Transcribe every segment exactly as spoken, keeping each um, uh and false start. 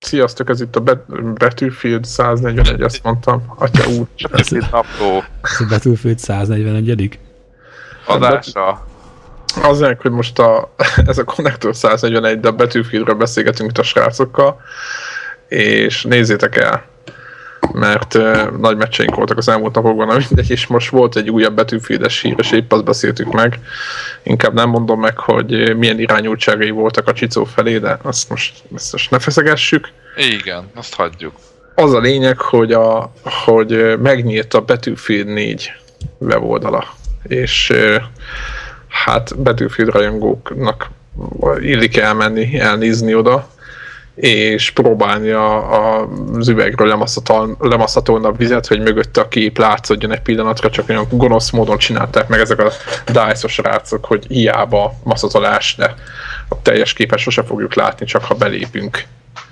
sziasztok, ez itt a Battlefield száznegyvenegy, ezt mondtam. Atya úr. Ez itt napó. Ez a Battlefield száznegyvenegyedik adása. Azért, hogy most a, ez a Connector száznegyvenegy, de a Battlefieldről beszélgetünk itt a srácokkal, és nézzétek el, mert uh, nagy meccseink voltak az elmúlt napokban, mindegy, és most volt egy újabb Battlefield-es hír, és épp azt beszéltük meg. Inkább nem mondom meg, hogy milyen irányultságai voltak a Csicó felé, de azt most, ezt most ne feszegessük. Igen, azt hagyjuk. Az a lényeg, hogy, a, hogy megnyílt a Battlefield négy weboldala, és uh, hát Battlefield rajongóknak illik elmenni, elnézni oda, és próbálni a, a, az üvegről lemaszatolni a vizet, hogy mögötte a kép látszódjon egy pillanatra, csak olyan gonosz módon csinálták meg ezek a dice-os rácok, hogy hiába maszatolás, de a teljes képet sose fogjuk látni, csak ha belépünk.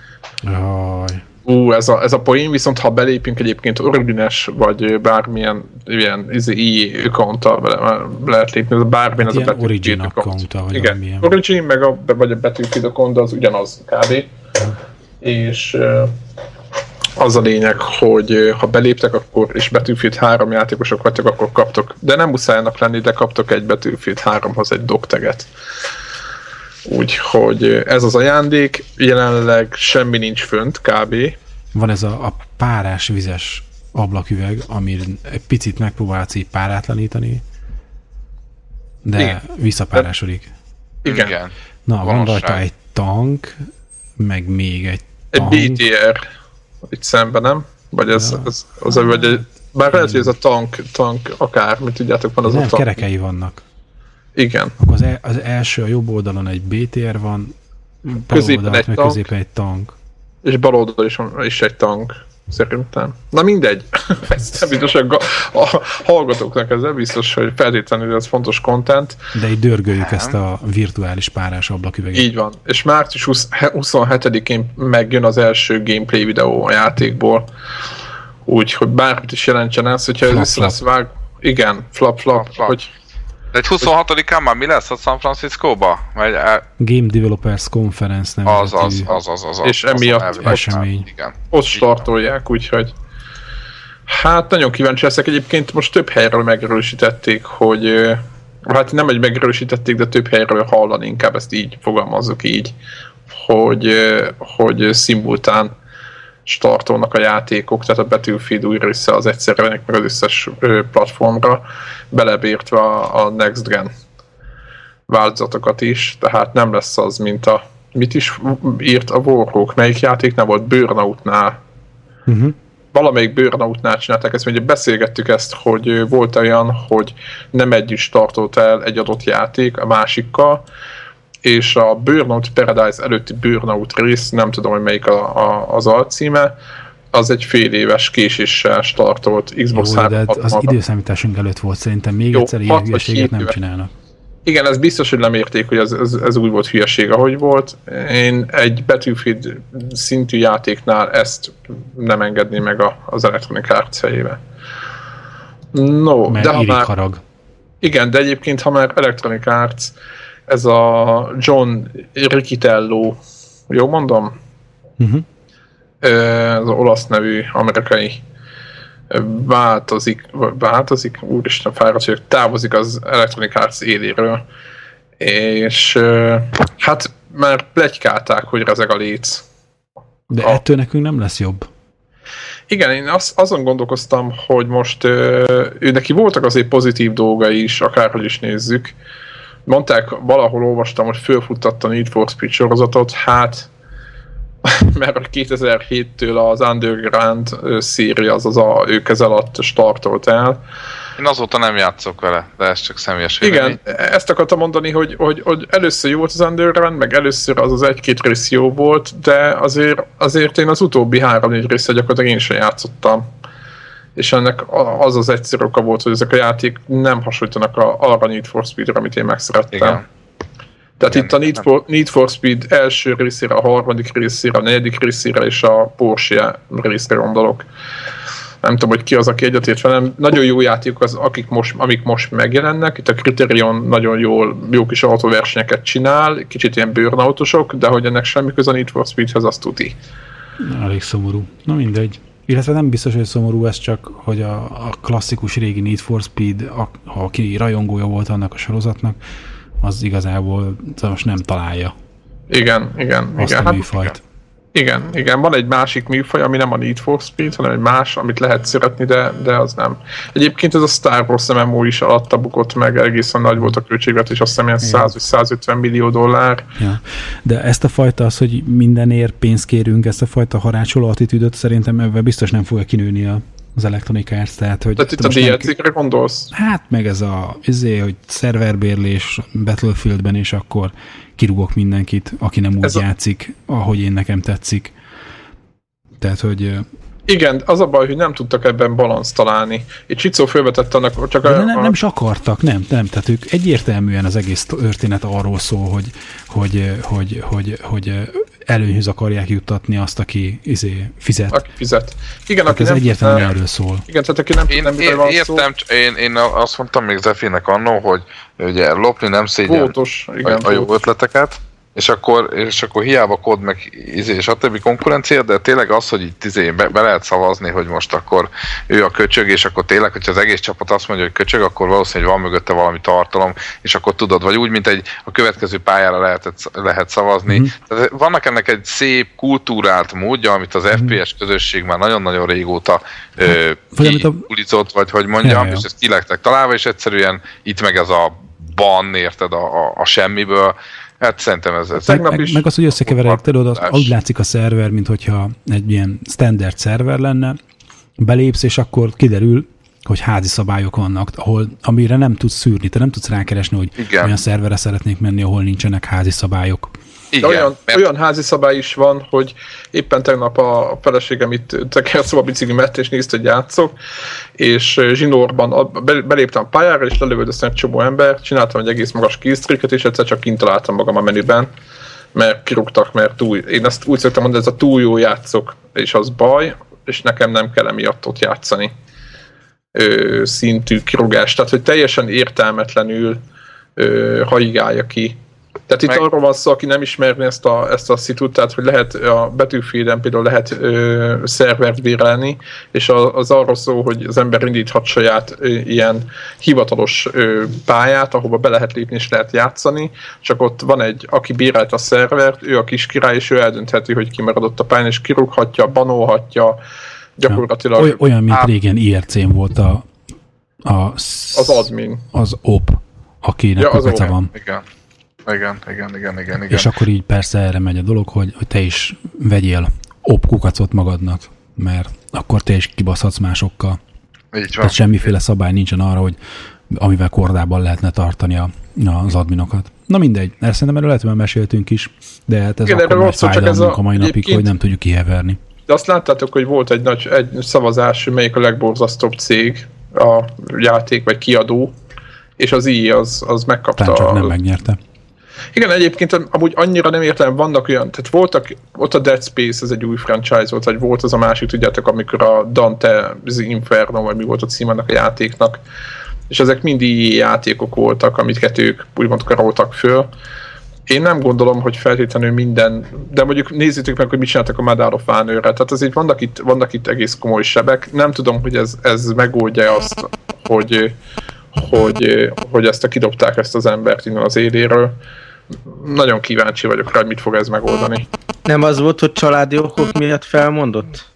Jaj. Ú, ez a, ez a poén, viszont ha belépünk egyébként Origines, vagy bármilyen ilyen i á account-tal lehet lépni, bármilyen hát ez a Battlefield Origin account-tal, vagy igen, valamilyen. Origin, meg a, vagy a Battlefield account, az ugyanaz kb. És uh, az a lényeg, hogy uh, ha beléptek, akkor és Battlefield három játékosok vagytok, akkor kaptok, de nem muszájnak lenni, de kaptok egy Battlefield háromhoz egy dogtaget. Úgyhogy ez az ajándék, jelenleg semmi nincs fönt, kb. Van ez a, a párás vizes ablaküveg, amin egy picit megpróbálsz így párátlanítani, de igen, visszapárásodik. Igen. Igen. Na, van Valóság. rajta egy tank, meg még egy egy tank. bé té er itt szemben, nem? Vagy ez, Ja. ez az, vagy egy, bár lehet, hogy ez a tank, tank akár, mit tudjátok, van az Nem, a tank. kerekei vannak. Igen. Akkor az, el, az első a jobb oldalon egy bé té er van, bal Középen oldalt, egy meg tank. középen egy tank. És bal oldal is, van- is egy tank, szerintem. Na mindegy. Ez nem biztos, hogy a, a hallgatóknak ez nem biztos, hogy feltétlenül ez fontos content. De így dörgöljük Nem. ezt a virtuális párás ablaküveget. Így van. És március huszonhetedikén megjön az első gameplay videó a játékból. Úgyhogy bármit is jelentsen ez, hogyha ez Flap, össze lesz vág. Igen, flap, flap, Flap, flap. hogy De egy huszonhatodikán már mi lesz ott San Franciscóba? Vagy el... Game Developers Conference az, nevezetű az, az, az, az, az. És az emiatt elvileg esemény. már, igen. ott startolják, úgyhogy hát nagyon kíváncsi leszek. Egyébként most több helyről megerősítették, hogy ö, hát nem, hogy megerősítették, de több helyről hallani, inkább ezt így fogalmazzuk így, hogy, ö, hogy szimultán startolnak a játékok, tehát a Battlefield új része az egyszerre meg az összes ö, platformra, belebértve a, a Next Gen változatokat is, tehát nem lesz az, mint a mit is írt a Warhawk, melyik játéknál volt? Burnoutnál. Uh-huh. Valamelyik Burnoutnál csinálták ezt, ugye beszélgettük ezt, hogy volt olyan, hogy nem együtt startolt el egy adott játék a másikkal, és a Burnout Paradise előtti Burnout rész, nem tudom, hogy melyik a, a, az alcíme, az egy fél éves késéssel startolt Xbox Jó, de az háromszázhatvanra. időszámításunk előtt volt, szerintem még Jó, egyszer hat ilyen vagy hülyeséget hét nem éve. csinálnak. Igen, ez biztos, hogy lemérték, hogy ez, ez, ez úgy volt hülyeség, ahogy volt. Én egy Battlefield szintű játéknál ezt nem engedném meg a, az Electronic Arts helyébe. No, Mert de ha írik már, harag. igen, de egyébként, ha már Electronic Arts, ez a John Riccitello, jó mondom? Uh-huh. Ez az olasz nevű amerikai változik, változik, úristen fáradt vagyok, távozik az Electronic Arts éléről, és hát már pletykálták, hogy rezeg a léc. De A- ettől nekünk nem lesz jobb. Igen, én az, azon gondolkoztam, hogy most ő neki voltak azért pozitív dolgai is, akárhogy is nézzük. Mondták, valahol olvastam, hogy fölfuttatta a Need for Speed sorozatot, hát mert a kétezer-héttől az Underground ö, széria, azaz a ő kez alatt startolt el. Én azóta nem játszok vele, de ez csak személyes vélemény. Igen, ezt akartam mondani, hogy, hogy, hogy először jó volt az Underground, meg először az az egy-két rész jó volt, de azért, azért én az utóbbi három-négy része gyakorlatilag én sem játszottam. És ennek a- az az egyszerű oka volt, hogy ezek a játék nem hasonlítanak a, arra Need for Speedre, amit én megszerettem. Igen. Tehát Igen, itt a Need nem. for, Need for Speed első részére, a harmadik részére, a negyedik részére és a Porsche részre gondolok. Nem tudom, hogy ki az, aki egyetért velem. Nagyon jó játékok az, akik most, amik most megjelennek. Itt a Criterion nagyon jól, jó kis autóversenyeket csinál, kicsit ilyen burnoutosok, de hogy ennek semmi köze a Need for Speedhez, azt tuti. Elég szomorú. Na mindegy. Illetve nem biztos, hogy szomorú ez, csak hogy a, a klasszikus régi Need for Speed, a, ha aki rajongója volt annak a sorozatnak, az igazából most nem találja. Igen, igen. Azt igen. a műfajt. Hát, igen, igen. Van egy másik műfaj, ami nem a Need for Speed, hanem egy más, amit lehet szeretni, de, de az nem. Egyébként ez a Star Wars em em o is alatta bukott meg, egészen nagy volt a költségvetés, azt hiszem ilyen száz vagy százötven millió dollár. Ja. De ezt a fajta az, hogy mindenért pénzt kérünk, ezt a fajta harácsoló attitűdöt szerintem ebben biztos nem fogja kinőni a az Electronic Arts, tehát hogy... Tehát itt a dé el cé-kre gondolsz? Hát meg ez a, ezért, hogy szerverbérlés Battlefieldben, és akkor kirúgok mindenkit, aki nem úgy ez játszik, a... ahogy én nekem tetszik. Tehát, hogy... Igen, az a baj, hogy nem tudtak ebben balanszt találni. Itt Csicó fölvetett annak, csak a... a... Nem, nem is akartak, nem, nem. Tehát ők egyértelműen az egész történet arról szól, hogy, hogy, hogy, hogy, hogy előnyhöz akarják juttatni azt, aki izé, fizet. Aki fizet. Igen, aki ez nem egyértelműen nem, erről szól. Igen, tehát aki nem én, tud, én, van értem, szó. Én, én azt mondtam még Zefinek annó, hogy ugye lopni nem szégyen Voltos, igen, a, a jó ötleteket, és akkor, és akkor hiába kód meg izé, és a többi konkurencia, de tényleg az, hogy itt izé, be, be lehet szavazni, hogy most akkor ő a köcsög, és akkor tényleg, hogyha az egész csapat azt mondja, hogy köcsög, akkor valószínűleg van mögötte valami tartalom, és akkor tudod, vagy úgy, mint egy a következő pályára lehet, lehet szavazni. Mm-hmm. Tehát vannak ennek egy szép, kultúrált módja, amit az mm-hmm. ef pé es közösség már nagyon-nagyon régóta kiulizott, vagy hogy mondjam, ja, ja. és ezt ki lettek találva, és egyszerűen itt meg ez a ban, érted, a, a, a semmiből. Hát szerintem ez... ez meg, meg, meg az, hogy összekeverek, tudod, az, úgy látszik a szerver, mint hogyha egy ilyen standard szerver lenne, belépsz, és akkor kiderül, hogy házi szabályok vannak, ahol, amire nem tudsz szűrni, te nem tudsz rákeresni, hogy igen. olyan szerverre szeretnék menni, ahol nincsenek házi szabályok. Igen, olyan, mert... olyan házi szabály is van, hogy éppen tegnap a feleségem itt tekerszóba bicikli mellett, és nézte, hogy játszok, és zsinórban beléptem a pályára, és lelövöldöztem egy csomó ember, csináltam egy egész magas killstreaket, és egyszer csak kint találtam magam a menüben, mert kirúgtak, mert túl, én ezt úgy szoktam mondani, ez a túl jó játszok, és az baj, és nekem nem kell emiatt ott játszani ö, szintű kirúgás. Tehát, hogy teljesen értelmetlenül ö, haigálja ki. Tehát itt meg... arról van szó, aki nem ismerni ezt a, ezt a szitut, tehát hogy lehet a Battlefielden például lehet ö, szervert bérelni, és az, az arról szó, hogy az ember indíthat saját ö, ilyen hivatalos ö, pályát, ahova be lehet lépni és lehet játszani, csak ott van egy, aki bérelt a szervert, ő a kis király, és ő eldöntheti, hogy ki maradott a pályán, és kirúghatja, banolhatja, gyakorlatilag... Ja, olyan, mint át... régen i er cén volt a, a az admin. Az o pé, akinek ja, kukaca van. Igen. Igen, igen, igen, igen, igen. És akkor így persze erre megy a dolog, hogy, hogy te is vegyél op kukacot magadnak, mert akkor te is kibaszhatsz másokkal. Így van. Tehát semmiféle szabály nincsen arra, hogy amivel kordában lehetne tartani a, az adminokat. Na mindegy, ezt szerintem erről lehetően meséltünk is, de hát ez igen, akkor nagy fájdalmunk a, a mai napig, hogy nem tudjuk kiheverni. De azt láttátok, hogy volt egy nagy egy szavazás, melyik a legborzasztóbb cég, a játék vagy kiadó, és az i az, az megkapta. Talán csak nem megnyerte. Igen, egyébként amúgy annyira nem értem, vannak olyan, tehát voltak, ott a Dead Space, ez egy új franchise volt, vagy volt az a másik, tudjátok, amikor a Dante Inferno, vagy mi volt a cím annak a játéknak, és ezek mind játékok voltak, amiket ők úgymond karoltak föl. Én nem gondolom, hogy feltétlenül minden, de mondjuk nézzétek meg, hogy mit csináltak a Medal of Honor-re, tehát azért vannak itt, vannak itt egész komoly sebek, nem tudom, hogy ez, ez megoldja azt, hogy, hogy, hogy ezt a kidobták ezt az embert innen az éléről. Nagyon kíváncsi vagyok rá, hogy mit fog ez megoldani. Nem az volt, hogy családi okok miatt felmondott?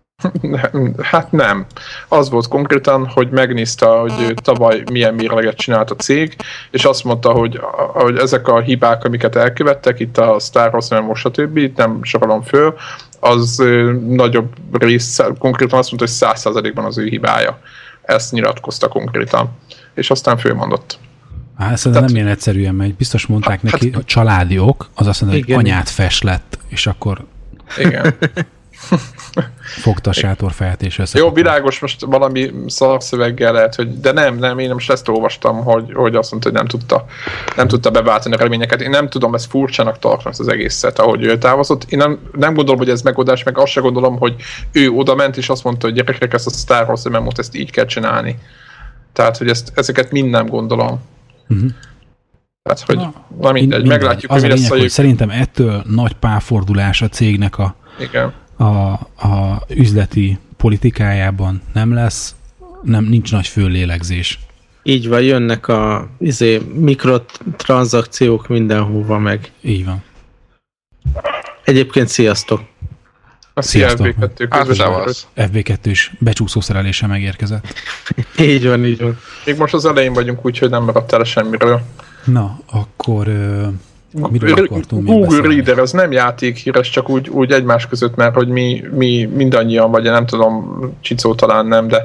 Hát nem. Az volt konkrétan, hogy megnézte, hogy tavaly milyen mérleget csinált a cég, és azt mondta, hogy, hogy ezek a hibák, amiket elkövettek, itt a Star Wars, nem most stb., itt nem sorolom föl, az nagyobb rész, konkrétan azt mondta, hogy száz százalékban az ő hibája. Ezt nyilatkozta konkrétan. És aztán fölmondott. Hát szerintem nem ilyen egyszerűen megy. Biztos mondták hát, neki, hát, hogy családi ok, az azt mondta, hogy anyát fes lett, és akkor igen. fogta a sátorfeját és össze. Jó, világos, most valami szarszöveggel lehet, hogy de nem, nem, én most ezt olvastam, hogy, hogy azt mondta, hogy nem tudta, nem tudta beváltani a reményeket. Én nem tudom, ezt furcsának tartom ezt az egészet, ahogy ő távozott. Én nem, nem gondolom, hogy ez megoldás, meg azt se gondolom, hogy ő oda ment, és azt mondta, hogy gyerekek, ezt a Star Wars memót, ezt így kell csinálni. Tehát, hogy ezt, ezeket mind nem gondolom. Uh-huh. Tehát, hogy na, na mindegy, mindegy, meglátjuk, hogy mi lesz a jövő. Szerintem ettől nagy pálfordulás a cégnek a, igen. a, a üzleti politikájában nem lesz, nem, nincs nagy föllélegzés. Így van, jönnek a izé, mikrotranszakciók mindenhova meg. Így van. Egyébként sziasztok! A ef bé kettő ef bé kettő is becsúszó szerelése megérkezett. Így van, így van. Még most az elején vagyunk, úgyhogy nem maradt el semmiről. Na, akkor uh, miről akartunk még Google beszélni? Reader, az nem játékhíres, csak úgy, úgy egymás között, mert hogy mi, mi mindannyian, vagy nem tudom, Csicó talán nem, de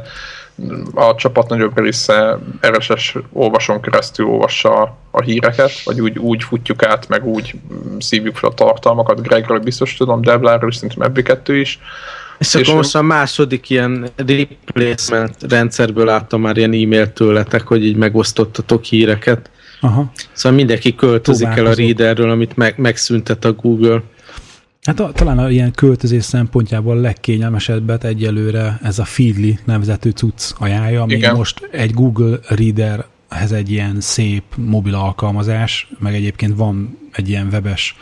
a csapat nagyobb része er es es olvasón keresztül olvassa a híreket, vagy úgy, úgy futjuk át, meg úgy szívjuk fel a tartalmakat. Gregről biztos tudom, Devláról is, szerintem ef bé kettő is. És, és akkor most a második ilyen replacement rendszerből láttam már ilyen e-mailt tőletek, hogy így megosztottatok híreket. Aha. Szóval mindenki költözik el a Readerről, amit meg, megszüntet a Google. Hát a, talán a ilyen költözés szempontjából a legkényelmesebbet egyelőre ez a Feedly nevezetű cucc ajánlja, ami Igen. most egy Google Readerhez egy ilyen szép mobil alkalmazás, meg egyébként van egy ilyen webes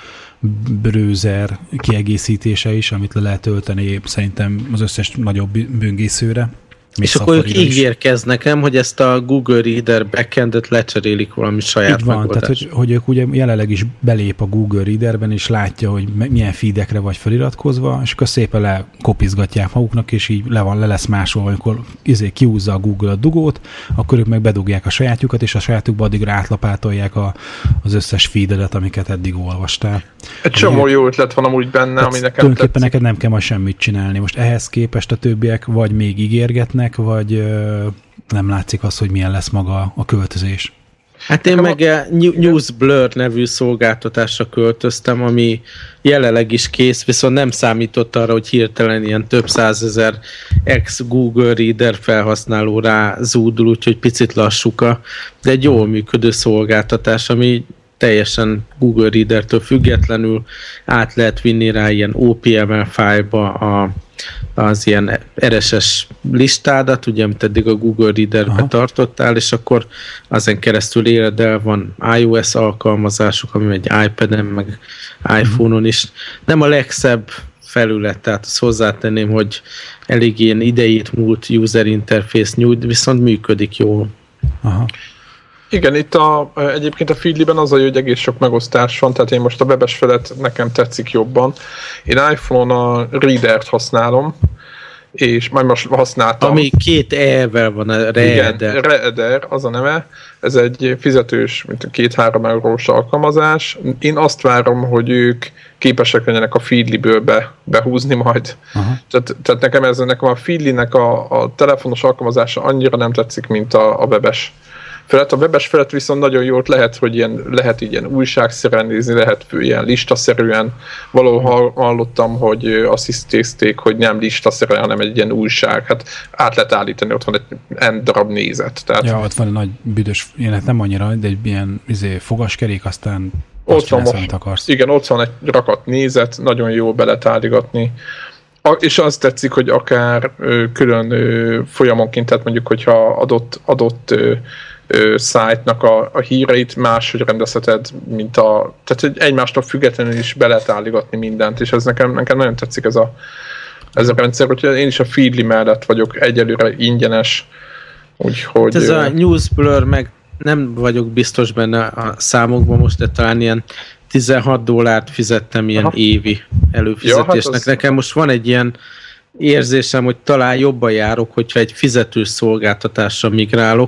browser kiegészítése is, amit le lehet tölteni szerintem az összes nagyobb böngészőre. És akkor ők ígérkeznek nekem, hogy ezt a Google Reader backendet lecserélik valami saját így van, megoldás. tehát hogy, hogy ők ugye jelenleg is belép a Google Readerben, és látja, hogy milyen feedekre vagy feliratkozva, és akkor szépen lekopizgatják maguknak, és így le, van, le lesz másolva, amikor izé kiúzza a Google a dugót, akkor ők meg bedugják a sajátjukat, és a sajátjukba addigra átlapátolják a, az összes feededet, amiket eddig olvastál. Egy csomó jó ötlet van amúgy benne, ami nekem tulajdonképpen tetszik. neked nem kell majd semmit csinálni. Most ehhez képest a többiek vagy még ígérgetnek, vagy ö, nem látszik az, hogy milyen lesz maga a költözés. Hát én meg a NewsBlur nevű szolgáltatásra költöztem, ami jelenleg is kész, viszont nem számított arra, hogy hirtelen ilyen több százezer ex-Google Reader felhasználó rá zúdul, úgyhogy picit lassuka, de egy jól működő szolgáltatás, ami teljesen Google Readertől függetlenül át lehet vinni rá ilyen o pé em el fájlba a, az ilyen er es es listádat, ugye, amit eddig a Google Readerbe Aha. tartottál, és akkor azon keresztül éred el, van iOS alkalmazások, ami egy iPad-en, meg iPhone-on is. Nem a legszebb felület, tehát azt hozzátenném, hogy elég ilyen idejét múlt user interface nyújt, viszont működik jól. Aha. Igen, itt a, egyébként a Feedly-ben az a jó, hogy egész sok megosztás van, tehát én most a webes felet nekem tetszik jobban. Én iPhone-on a Reader-t használom, és majd most használtam. Ami két E-vel van, a Reader. Igen, Reader, az a neve. Ez egy fizetős, mint két-három eurós alkalmazás. Én azt várom, hogy ők képesek legyenek a Feedly-ből be, behúzni majd. Tehát, tehát nekem, ez, nekem a Feedly-nek a, a telefonos alkalmazása annyira nem tetszik, mint a, a webes felett. A webes felett viszont nagyon jót lehet, hogy ilyen, lehet így ilyen újságszerűen nézni, lehet ilyen listaszerűen. Valahol hallottam, hogy azt hisztézték, hogy nem listaszerűen, hanem egy ilyen újság. Hát át lehet állítani, ott van egy en darab nézet. Tehát ja, ott van egy nagy büdös, ilyen nem annyira, de egy ilyen izé, fogaskerék, aztán ott van most, akarsz. Igen, ott van egy rakat nézet, nagyon jó be lehet állítgatni. A, és azt tetszik, hogy akár ö, külön ö, folyamonként, tehát mondjuk, hogyha adott, adott ö, ö, szájtnak a, a híreit máshogy rendezheted, mint a... Tehát, hogy egymástól függetlenül is be lehet állítgatni mindent, és ez nekem, nekem nagyon tetszik ez a, ez a rendszer, úgyhogy én is a Feedly mellett vagyok, egyelőre ingyenes, úgyhogy... Ez a NewsBlur, meg nem vagyok biztos benne a számokban most, de talán ilyen tizenhat dollárt fizettem ilyen Aha. évi előfizetésnek. Ja, hát az... Nekem most van egy ilyen érzésem, hogy talán jobban járok, hogyha egy fizetős szolgáltatásra migrálok,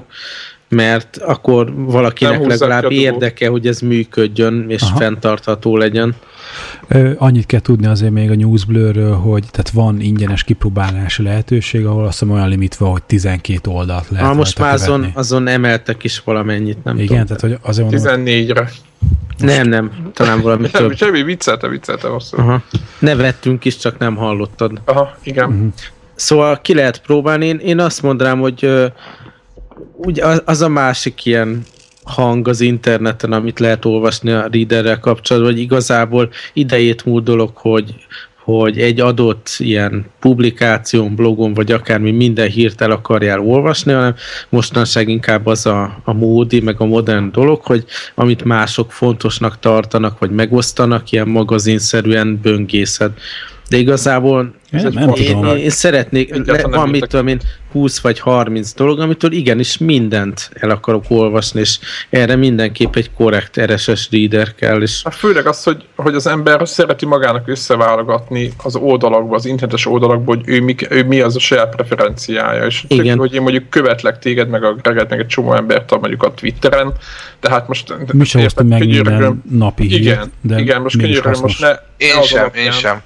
mert akkor valakinek legalább érdeke, hogy ez működjön, és Aha. fenntartható legyen. Ö, annyit kell tudni azért még a NewsBlurről, hogy tehát van ingyenes kipróbálási lehetőség, ahol azt hiszem olyan limit van, hogy tizenkét oldalt lehet ha, most már azon, azon emeltek is valamennyit, nem Igen, tudom. tehát hogy azért tizennégyre. Nem, nem, talán valami több. Semmi viccelte, viccelte hosszú. Aha. Nevettünk is, csak nem hallottad. Aha, igen. Uh-huh. Szóval ki lehet próbálni. Én, én azt mondanám, hogy uh, úgy az, az a másik ilyen hang az interneten, amit lehet olvasni a Readerrel kapcsolatban, hogy igazából idejét múlt dolog, hogy, hogy egy adott ilyen publikáción, blogon, vagy akármi minden hírt el akarjál olvasni, hanem mostanság inkább az a, a módi, meg a modern dolog, hogy amit mások fontosnak tartanak, vagy megosztanak, ilyen magazinszerűen böngészed. De igazából Én, nem én, én, én szeretnék, le, van mit tudom én, húsz vagy harminc dolog, amitől igenis mindent el akarok olvasni, és erre mindenképp egy korrekt er es es reader kell. És... Hát főleg az, hogy, hogy az ember szereti magának összeválogatni az oldalakba, az internetes oldalakba, hogy ő mi, ő mi az a saját preferenciája, és tök, hogy én mondjuk követlek téged, meg a Greget, meg egy csomó embert mondjuk a Twitteren, tehát most... Mi sem hoztam meg minden napi hírt, igen, de igen, most könyörgöm, most ne... Én sem, alapján, én sem.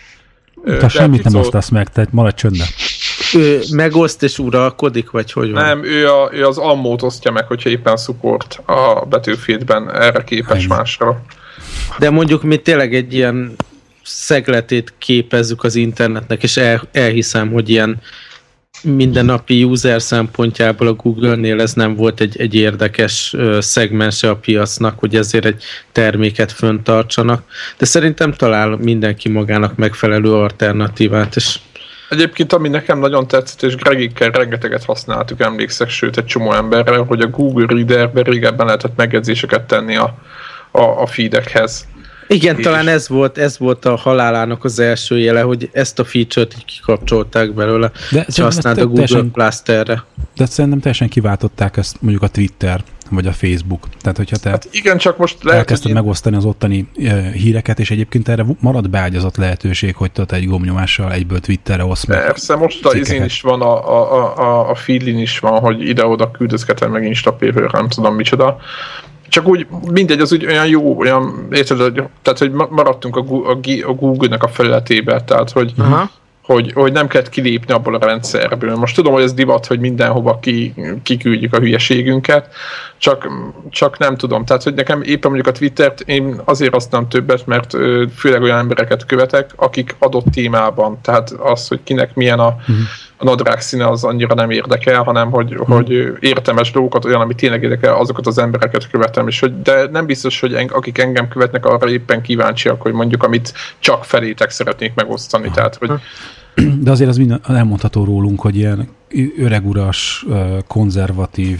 Te semmit nem osztasz meg, tehát maradj csöndben. Ő megoszt és uralkodik, vagy hogy van? Nem, ő, a, ő az ammót osztja meg, hogyha éppen support a Battlefieldben erre képes Ennyi. másra. De mondjuk mi tényleg egy ilyen szegletét képezzük az internetnek, és el, elhiszem, hogy ilyen mindennapi user szempontjából a Google-nél ez nem volt egy, egy érdekes uh, szegmense a piacnak, hogy ezért egy terméket föntartsanak, de szerintem talál mindenki magának megfelelő alternatívát, és egyébként, ami nekem nagyon tetszett, és Gregikkel rengeteget használtuk, emlékszek, sőt egy csomó emberrel, hogy a Google Readerben régebben lehetett megjegyzéseket tenni a, a, a feedekhez. Igen, és talán ez volt, ez volt a halálának az első jele, hogy ezt a feature-t így kikapcsolták belőle, de és használt a Google Plus-terre. De szerintem teljesen kiváltották ezt mondjuk a Twitter, vagy a Facebook. Tehát, hogyha te hát igen, csak most lehet, elkezdted én... megosztani az ottani uh, híreket, és egyébként erre marad beágyazott lehetőség, hogy te egy gombnyomással egyből Twitterre oszd meg. Persze, most a izén is van, a, a, a, a feedlin is van, hogy ide-oda küldözgetem meg Instapéről, nem tudom micsoda. Csak úgy, mindegy, az úgy olyan jó, olyan, érted, tehát, hogy maradtunk a, a Google-nek a felületébe, tehát, hogy, hogy, hogy nem kellett kilépni abból a rendszerből. Most tudom, hogy ez divat, hogy mindenhova ki, kiküldjük a hülyeségünket, csak, csak nem tudom. Tehát, hogy nekem éppen mondjuk a Twittert én azért használom többet, mert főleg olyan embereket követek, akik adott témában, tehát az, hogy kinek milyen a, a nadrág színe, az annyira nem érdekel, hanem hogy, hmm. hogy értelmes dolgokat, olyan, ami tényleg érdekel, azokat az embereket követem. És hogy, de nem biztos, hogy en, akik engem követnek, arra éppen kíváncsiak, hogy mondjuk, amit csak felétek szeretnék megosztani. Tehát, hogy de azért az minden elmondható rólunk, hogy ilyen öreguras, konzervatív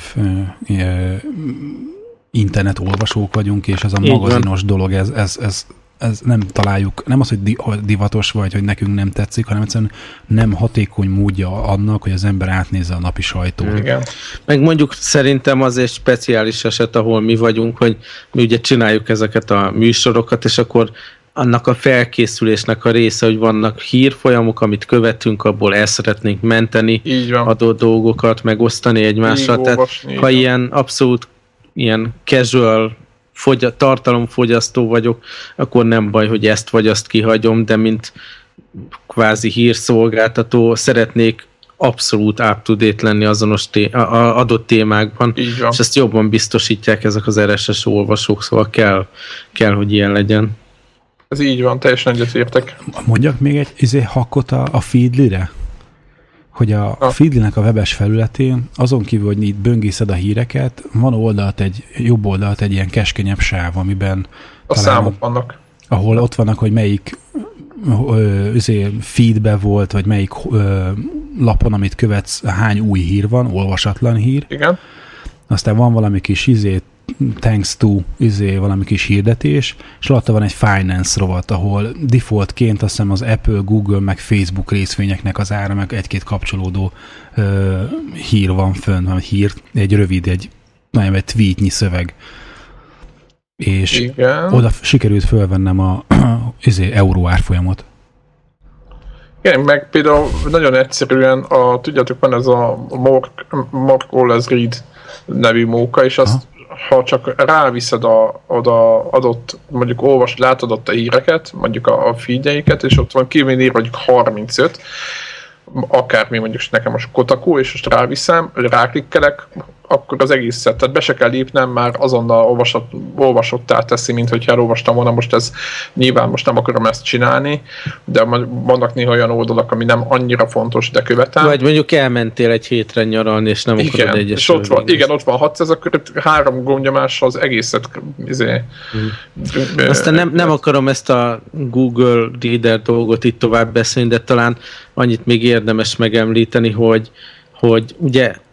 internetolvasók vagyunk, és ez a magazinos dolog, ez, ez, ez, ez nem találjuk, nem az, hogy divatos vagy, hogy nekünk nem tetszik, hanem egyszerűen nem hatékony módja annak, hogy az ember átnézze a napi sajtót. Igen. Meg mondjuk szerintem az egy speciális eset, ahol mi vagyunk, hogy mi ugye csináljuk ezeket a műsorokat, és akkor annak a felkészülésnek a része, hogy vannak hírfolyamok, amit követünk, abból el szeretnénk menteni adott dolgokat, megosztani egymással. Tehát olvasni, ha ilyen abszolút ilyen casual fogya, tartalomfogyasztó vagyok, akkor nem baj, hogy ezt vagy azt kihagyom, de mint kvázi hírszolgáltató szeretnék abszolút up-to-date lenni azonos té- a adott témákban, és ezt jobban biztosítják ezek az er es es olvasók, szóval kell, kell hogy ilyen legyen. Ez így van, teljesen egyetértek. Mondjak még egy izé, hakkot a, a Feedly-re? Hogy a ha. Feedly-nek a webes felületén, azon kívül, hogy itt böngészed a híreket, van oldalt egy, jobb oldalt egy ilyen keskenyebb sáv, amiben a számok vannak. Ahol ott vannak, hogy melyik ö, izé, feedbe volt, vagy melyik ö, lapon, amit követsz, hány új hír van, olvasatlan hír. Igen. Aztán van valami kis izé, thanks to izé, valami kis hirdetés, és alatta van egy finance rovat, ahol defaultként azt hiszem az Apple, Google, meg Facebook részvényeknek az ára, meg egy-két kapcsolódó ö, hír van fönn, vagy hír, egy rövid, egy nagyon egy tweetnyi szöveg. És igen. Oda sikerült fölvennem a, a, a izé, euró árfolyamot. Igen, meg például nagyon egyszerűen, a, tudjátok, van ez a Mark, Mark Wallace Reed nevű móka, és azt aha. Ha csak ráviszed a, oda adott, mondjuk olvasd, látod ott a híreket, mondjuk a, a feedjeiket, és ott van kívül írva, mondjuk harmincöt, akármi mondjuk nekem most Kotaku, és most ráviszem, ráklikkelek, akkor az egészet, tehát be se kell lépnem, már azonnal olvasott, olvasottá teszi, mint hogyha elolvastam volna, most ez nyilván most nem akarom ezt csinálni, de vannak néha olyan oldalak, ami nem annyira fontos, de követem. Vagy mondjuk elmentél egy hétre nyaralni, és nem igen, akarod egyes. És ott van, igen, ott van hatszáz, akkor három gombnyomással az egészet izé, hmm. Aztán nem, nem akarom ezt a Google Reader dolgot itt tovább beszélni, de talán annyit még érdemes megemlíteni, hogy, hogy ugye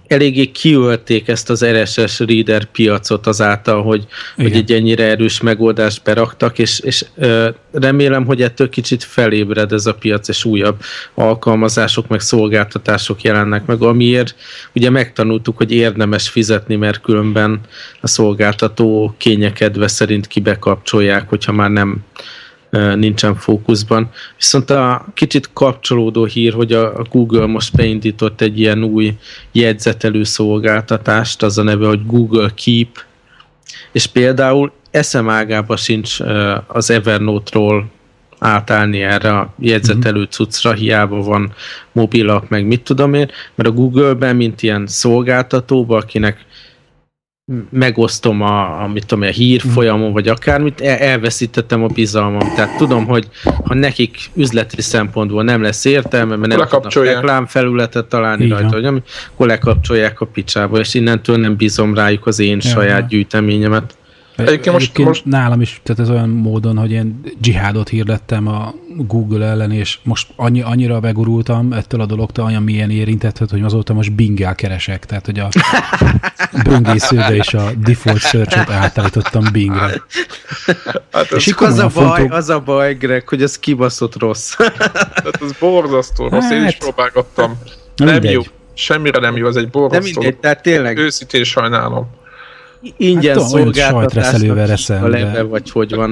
eléggé kiölték ezt az er es es Reader piacot azáltal, hogy, hogy egy ennyire erős megoldást beraktak, és, és ö, remélem, hogy ettől kicsit felébred ez a piac, és újabb alkalmazások, meg szolgáltatások jelennek meg, amiért ugye megtanultuk, hogy érdemes fizetni, mert különben a szolgáltató kényekedve szerint kibekapcsolják, hogyha már nem nincsen fókuszban. Viszont a kicsit kapcsolódó hír, hogy a Google most beindított egy ilyen új jegyzetelő szolgáltatást, az a neve, hogy Google Keep, és például eszem ágában sincs az Evernote-ról átállni erre a jegyzetelő cuccra, hiába van mobilap, meg mit tudom én, mert a Google-ben, mint ilyen szolgáltatóban, akinek megosztom a, a, mit tudom, a hírfolyamon, vagy akármit, el, elveszítettem a bizalmam. Tehát tudom, hogy ha nekik üzleti szempontból nem lesz értelme, mert nem tudnak reklámfelületet találni igen. rajta, hogy ami, akkor lekapcsolják a picsába, és innentől nem bízom rájuk az én ja, saját gyűjteményemet. Egyébként most, most nálam is, tehát ez olyan módon, hogy én dzsihádot hirdettem a Google ellen, és most annyi, annyira begurultam ettől a dologtól, olyan milyen érintett, hogy azóta most Binggel keresek, tehát hogy a böngészőbe és a default search-ot átállítottam Bingre. Hát és az a, baj, fontos... az a baj, Greg, hogy ez kibaszott rossz. Tehát ez borzasztó rossz, hát... én is próbálgattam. Nem mindegy. Jó, semmire nem jó, ez egy borzasztó. Nem mindegy, tehát tényleg. Őszintén sajnálom. Ingyen hát, szolgáltatásnak a leve, vagy hogy van.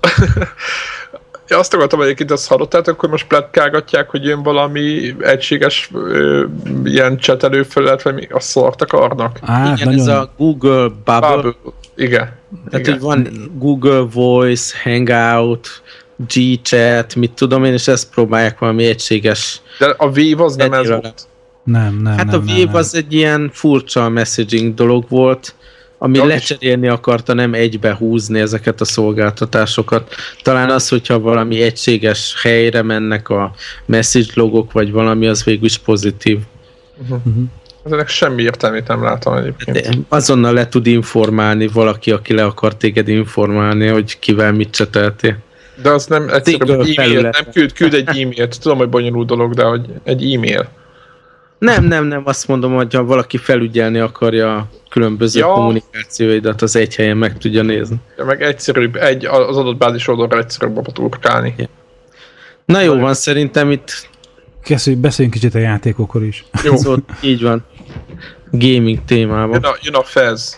Ja, azt akartam egyébként, azt hallottátok, hogy most pletkálgatják, hogy jön valami egységes ö, ilyen csetelő felület, vagy mi azt szart akarnak. Á, igen, nagyon... ez a Google Bubble. Bubble. Igen. Tehát, hogy van Google Voice, Hangout, G-Chat, mit tudom én, és ezt próbálják valami egységes... De a Wave az nem ez volt. Nem, nem, Hát nem, a Wave nem, az egy ilyen furcsa messaging dolog volt, ami ja, lecserélni akarta, nem egybe húzni ezeket a szolgáltatásokat. Talán az, hogyha valami egységes helyre mennek a message logok, vagy valami, az végül is pozitív. Uh-huh. Uh-huh. Ennek semmi értelmét nem látom egyébként. De azonnal le tud informálni valaki, aki le akar téged informálni, hogy kivel mit cseteltél. De az nem egyszerűen e-mail, nem küld, küld egy e-mailt. Tudom, hogy bonyolult dolog, de hogy egy e-mail. Nem, nem, nem, azt mondom, hogy ha valaki felügyelni akarja különböző ja. kommunikációidat, az egy helyen meg tudja nézni. Ja, meg egyszerűbb, egy, az adott bázis oldalra egyszerűbb abba turkálni. Ja. Na jó, van szerintem itt... Kezdjük, beszéljünk kicsit a játékokról is. Jó. Szóval, így van. Gaming témában. Jön a, jön a Fez.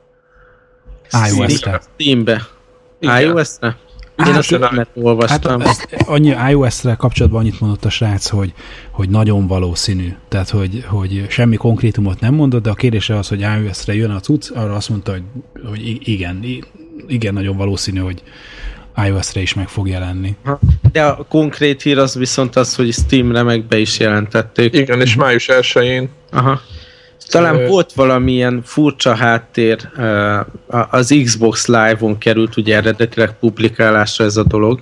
iOS-re. Steambe. iOS-re? Én azt nem olvastam. Hát annyi iOS-re kapcsolatban annyit mondott a srác, hogy, hogy nagyon valószínű. Tehát, hogy, hogy semmi konkrétumot nem mondott, de a kérdése az, hogy iOS-re jön a cucc, arra azt mondta, hogy, hogy igen, igen, nagyon valószínű, hogy iOS-re is meg fog jelenni. De a konkrét hír az viszont az, hogy Steamre meg be is jelentették. Igen, és május elsején. Aha. Talán Ö... volt valamilyen furcsa háttér, az Xbox Live-on került ugye eredetileg publikálásra ez a dolog.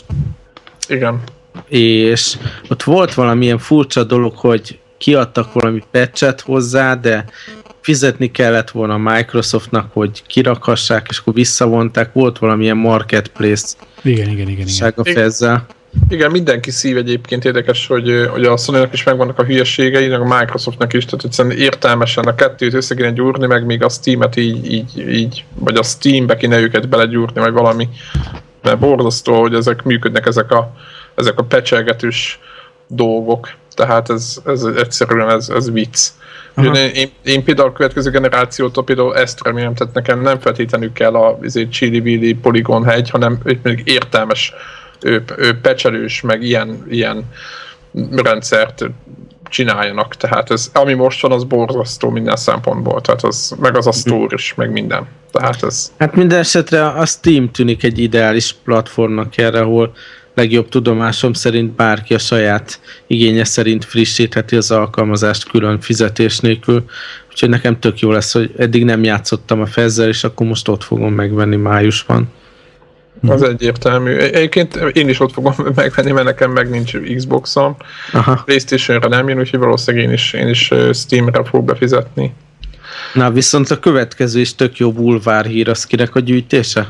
Igen. És ott volt valamilyen furcsa dolog, hogy kiadtak valami patchet hozzá, de fizetni kellett volna a Microsoftnak, hogy kirakhassák, és akkor visszavonták. Volt valamilyen marketplace. Igen, igen, igen. igen. A Fezzel. Igen, mindenki szív egyébként, érdekes, hogy, hogy a Sony-nak is megvannak a hülyeségei, meg a Microsoftnak is, tehát egyszerűen értelmesen a kettőt össze kéne gyúrni, meg még a Steam-et így, így, így, vagy a Steam-be kéne őket belegyúrni, vagy valami. Mert borzasztó, hogy ezek működnek, ezek a, ezek a pecselgetős dolgok. Tehát ez, ez egyszerűen ez, ez vicc. Én, én, én például a következő generációtól például ezt remélem, tehát nekem nem feltétlenül kell a Chili-Willy Polygon hegy, hanem még értelmes ő, ő pecselős, meg ilyen, ilyen rendszert csináljanak. Tehát ez, ami most van, az borzasztó minden szempontból. Tehát az, meg az a Store is, meg minden. Tehát ez... Hát minden esetre a Steam tűnik egy ideális platformnak erre, ahol legjobb tudomásom szerint bárki a saját igénye szerint frissítheti az alkalmazást külön fizetés nélkül. Úgyhogy nekem tök jó lesz, hogy eddig nem játszottam a Fezzel, és akkor most ott fogom megvenni májusban. Az egyértelmű. Egyébként én is ott fogom megvenni, mert nekem meg nincs Xboxom. Aha. PlayStation-re nem jön, úgyhogy valószínűleg én is, én is Steam-re fog befizetni. Na, viszont a következő is tök jó bulvár hír, az kinek a gyűjtése?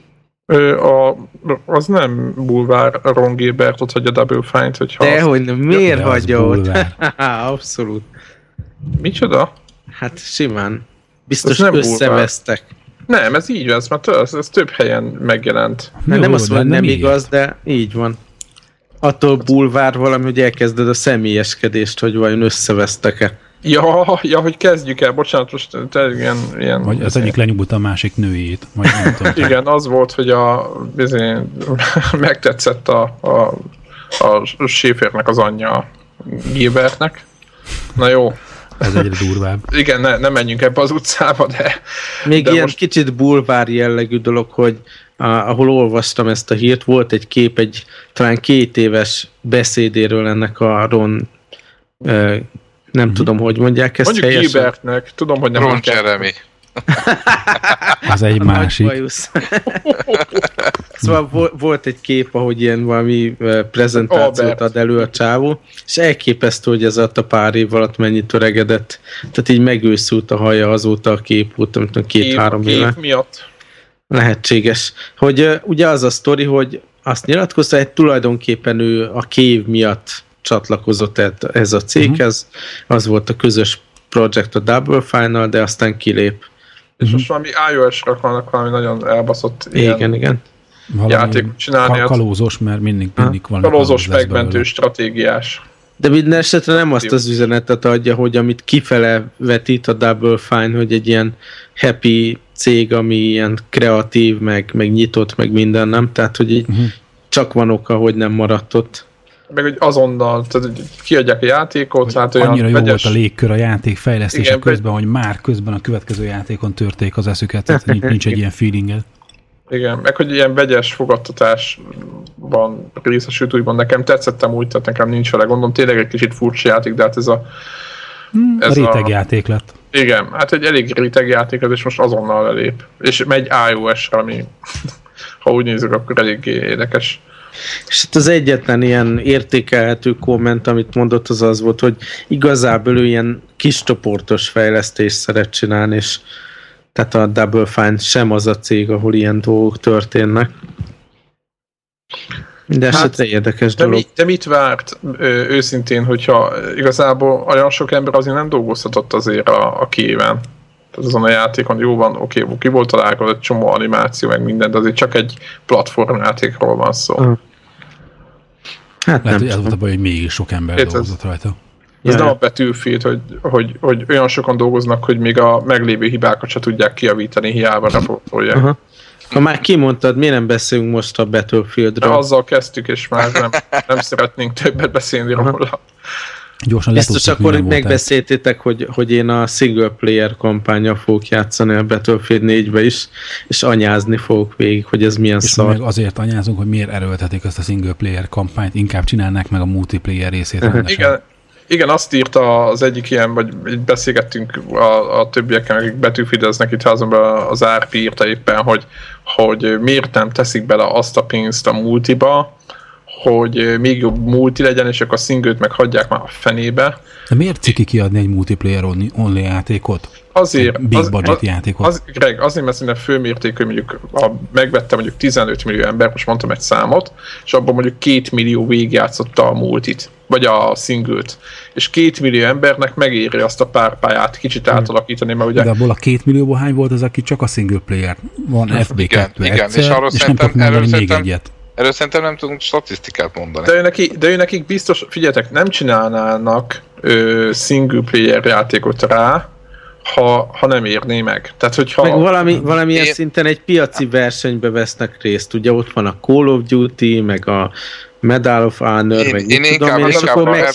A, az nem bulvár, Ron Gilbert ott hagyja Double Fine-t, hogyha... Dehogy nem, miért ja, hagyja ott? Abszolút. Micsoda? Hát simán. Biztos nem összevesztek. Bulvár. Nem, ez így van, ez, mert ez, ez több helyen megjelent. Nem, nem azt mondom, hogy nem igaz, de így van. Attól bulvár valami, hogy elkezded a személyeskedést, hogy vajon összevesztek-e. Ja, ja, hogy kezdjük el, bocsánat, most te ilyen... ilyen vagy az egyik lenyugott a másik nőjét. Vagy nem tudom. Igen, az volt, hogy a, bizony, megtetszett a, a, a Schaefernek az anyja Gilbertnek. Na jó. Ez egyre durvább. Igen, ne, ne menjünk ebbe az utcába, de... Még de ilyen most... kicsit bulvár jellegű dolog, hogy a, ahol olvastam ezt a hírt, volt egy kép, egy talán két éves beszédéről ennek a Ron... Uh, nem mm-hmm. tudom, hogy mondják ezt mondjuk helyesen. Gilbertnek, tudom, hogy nem Ron Jeremy. Az egy másik. Szóval volt egy kép, ahogy ilyen valami prezentációt Albert. ad elő a csávó, és elképesztő, hogy ez alatt a pár év alatt mennyit öregedett. Tehát így megőszült a haja azóta a kép óta, mint a két-három kép, éve. Kép miatt. Lehetséges. Hogy uh, ugye az a sztori, hogy azt nyilatkozta, hogy tulajdonképpen ő a Cave miatt csatlakozott ez a céghez. Uh-huh. Az volt a közös projekt, a Double Final, de aztán kilép. És most valami iOS-re akarnak valami nagyon elbaszott igen, ilyen igen. játékot csinálni. Kal- kalózos, mert mindig, mindig ha. valami kalózos, megmentő, stratégiás. De minden esetre nem azt az üzenetet adja, hogy amit kifele vetít a Double Fine, hogy egy ilyen happy cég, ami ilyen kreatív, meg, meg nyitott, meg minden, nem? Tehát, hogy így uh-huh. csak van oka, hogy nem maradt ott. Meg hogy azonnal, tehát hogy kiadják a játékot, hát olyan annyira jó vegyes... volt a légkör a játék fejlesztése igen, közben, hogy már közben a következő játékon törték az eszüket, tehát nincs, nincs egy ilyen feelinged. Igen, meg hogy ilyen vegyes fogadtatásban részesült, úgymond nekem tetszettem úgy, tehát nekem nincs vele gondom, tényleg egy kicsit furcsa játék, de hát ez a... Ez a rétegjáték lett. Igen, hát egy elég rétegjáték, és most azonnal elép. És megy iOS-re, ami ha úgy nézzük, akkor eléggé érdekes. És itt az egyetlen ilyen értékelhető komment, amit mondott, az az volt, hogy igazából ő ilyen kis csoportos fejlesztést szeret csinálni, és tehát a Double Fine sem az a cég, ahol ilyen dolgok történnek. De hát, esetre érdekes de dolog. Mi, de mit várt ö, őszintén, hogyha igazából olyan sok ember azért nem dolgozhatott azért a, a kéven? Tehát azon a játékon jó van, oké, okay, ki volt találkozó, egy csomó animáció, meg minden, de azért csak egy platformjátékról van szó. Uh. Hát lehet, nem hogy ez volt a baj, hogy mégis sok ember Ét dolgozott ez, rajta. Ez ja, nem a Battlefield, hogy, hogy, hogy olyan sokan dolgoznak, hogy még a meglévő hibákat se tudják kijavítani, hiába raportolják. Uh-huh. Ha már kimondtad, miért nem beszélünk most a Battlefieldről? De azzal kezdtük, és már nem, nem szeretnénk többet beszélni róla. Gyorsan biztos akkor megbeszéltétek, hogy, hogy én a single player kampányra fogok játszani a Battlefield négybe is, és anyázni fogok végig, hogy ez milyen és szar. meg azért anyázunk, hogy miért erőltetik ezt a single player kampányt, inkább csinálnák meg a multiplayer részét. Igen, igen, azt írta az egyik ilyen, vagy beszélgettünk a, a többiekkel, akik Battlefieldeznek itt házamban, az er pé írta éppen, hogy, hogy miért nem teszik bele azt a pénzt a multiba, hogy még jobb multi legyen, és akkor a singlet meg hagyják már a fenébe. De miért ciki kiadni egy multiplayer only játékot? Azért, egy big az, budget az, játékot. Az, Greg, azért, mert szerintem főmértékű, mondjuk ha megvettem mondjuk tizenöt millió ember, most mondtam egy számot, és abban mondjuk két millió végigjátszotta a multit, vagy a singlet. És két millió embernek megéri azt a pár pályát kicsit átalakítani, mert ugye... De abból a két millióból hány volt az, aki csak a single player? Van ef bé kettő igen, egyszer, és, arról és nem tudok mondani még egyet. Erről szerintem nem tudunk statisztikát mondani. De ő, neki, de ő nekik biztos, figyeljetek, nem csinálnának ö, single player játékot rá, ha, ha nem érné meg. Tehát, hogyha... Meg valami, valamilyen én... szinten egy piaci versenybe vesznek részt. Ugye ott van a Call of Duty, meg a Medal of Honor, én, meg én mit tudom, és akkor meg...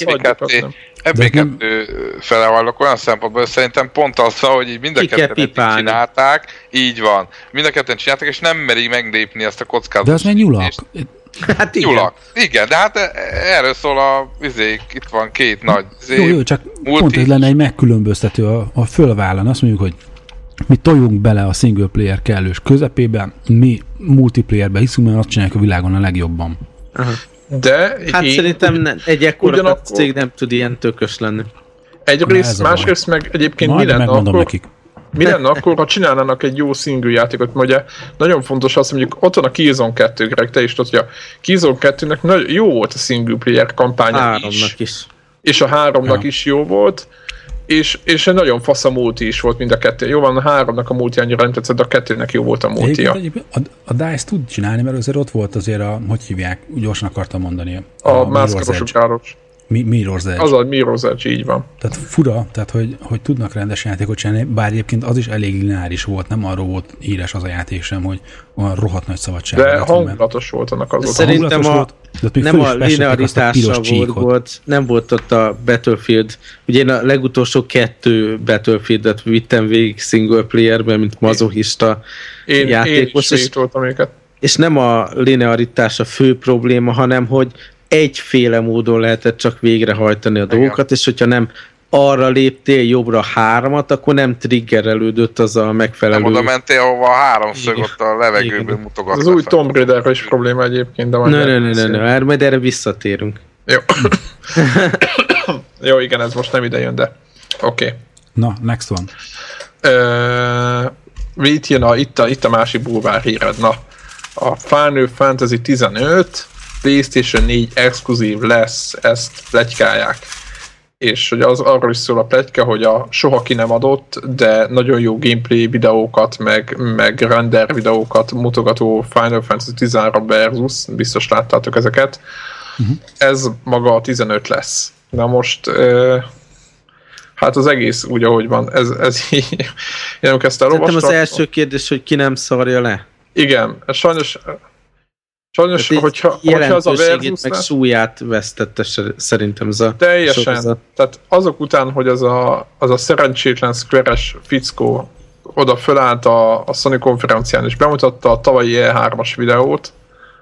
ef bé kettő fele vallok olyan szempontból, szerintem pont az, hogy így mind a ketten csinálták, így van. Mind a ketten csinálták, és nem merik meglépni ezt a kockázatot. De az meg nyulak. Hát igen. Nyulak. Igen, de hát erről szól a izék, itt van két nagy izé, jó, jó, csak multi. Pont ez lenne egy megkülönböztető a, a fölvállán. Azt mondjuk, hogy mi toljunk bele a single player kellős közepében, mi multiplayerbe hiszünk, mert azt csináljuk a világon a legjobban. Aha. De hát én, szerintem ne, egy ekkora ugyanakkor... cég nem tud ilyen tökös lenni. Egyrészt, másrészt meg egyébként majd mi lenne akkor, nekik. mi lenne akkor, ha csinálnának egy jó single játékot, mert ugye nagyon fontos az, hogy mondjuk ott van a Killzone kettő, Greg, te is tudod, hogy a Killzone kettőnek jó volt a single player kampánya háromnak is. is. És a háromnak ja. is jó volt, És, és egy nagyon fasz a multi is volt mind a kettő. Jó van, a háromnak a multi annyira nem tetszett, de a kettőnek jó volt a multia. A, a DICE tud csinálni, mert azért ott volt azért a, hogy hívják, gyorsan akartam mondani. A, a mászkaros utáros. Mi, Mirror's Edge. Az a Mirror's Edge, így van. Tehát fura, tehát hogy, hogy tudnak rendes játékot csinálni, bár egyébként az is elég lineáris volt, nem arról volt híres az a játék sem, hogy olyan rohadt nagy szabadság. De hangulatos volt annak az. Szerintem a, volt, nem a linearitása volt, volt, nem volt ott a Battlefield. Ugye én a legutolsó kettő Battlefieldet vittem végig single playerben, mint mazochista én, játékos. Én is és, és nem a linearitás a fő probléma, hanem hogy egyféle módon lehetett csak végrehajtani a igen. dolgokat, és hogyha nem arra léptél jobbra hármat, akkor nem triggerelődött az a megfelelő... Nem oda mentél, ahova a háromszög ott a levegőben mutogat. Az új Tomb Raider is probléma egyébként, de majd... Ne, ne, ne, ne, ne, majd erre visszatérünk. Jó. Jó, igen, ez most nem ide jön, de oké. Okay. Na, next one. Uh, itt jön a, itt, a, itt a másik bulvár híred. Na, a Final Fantasy tizenöt PlayStation négy exkluzív lesz, ezt pletykálják. És hogy az arról is szól a pletyka, hogy a soha ki nem adott, de nagyon jó gameplay videókat, meg, meg render videókat mutogató Final Fantasy tizenhárom versus, biztos láttátok ezeket. Uh-huh. Ez maga a tizenöt lesz. Na most, uh, hát az egész úgy, ahogy van, ez, ez így, én nem kezdtem olvasni. Szerintem az első kérdés, hogy ki nem szarja le. Igen, sajnos... Sajnos, hát hogyha, hogyha az a versus meg súlyát vesztette szerintem ez a teljesen. Sorozat. Tehát azok után, hogy az a, az a szerencsétlen Square-es fickó oda fölállt a, a Sony konferencián és bemutatta a tavalyi E hármas videót,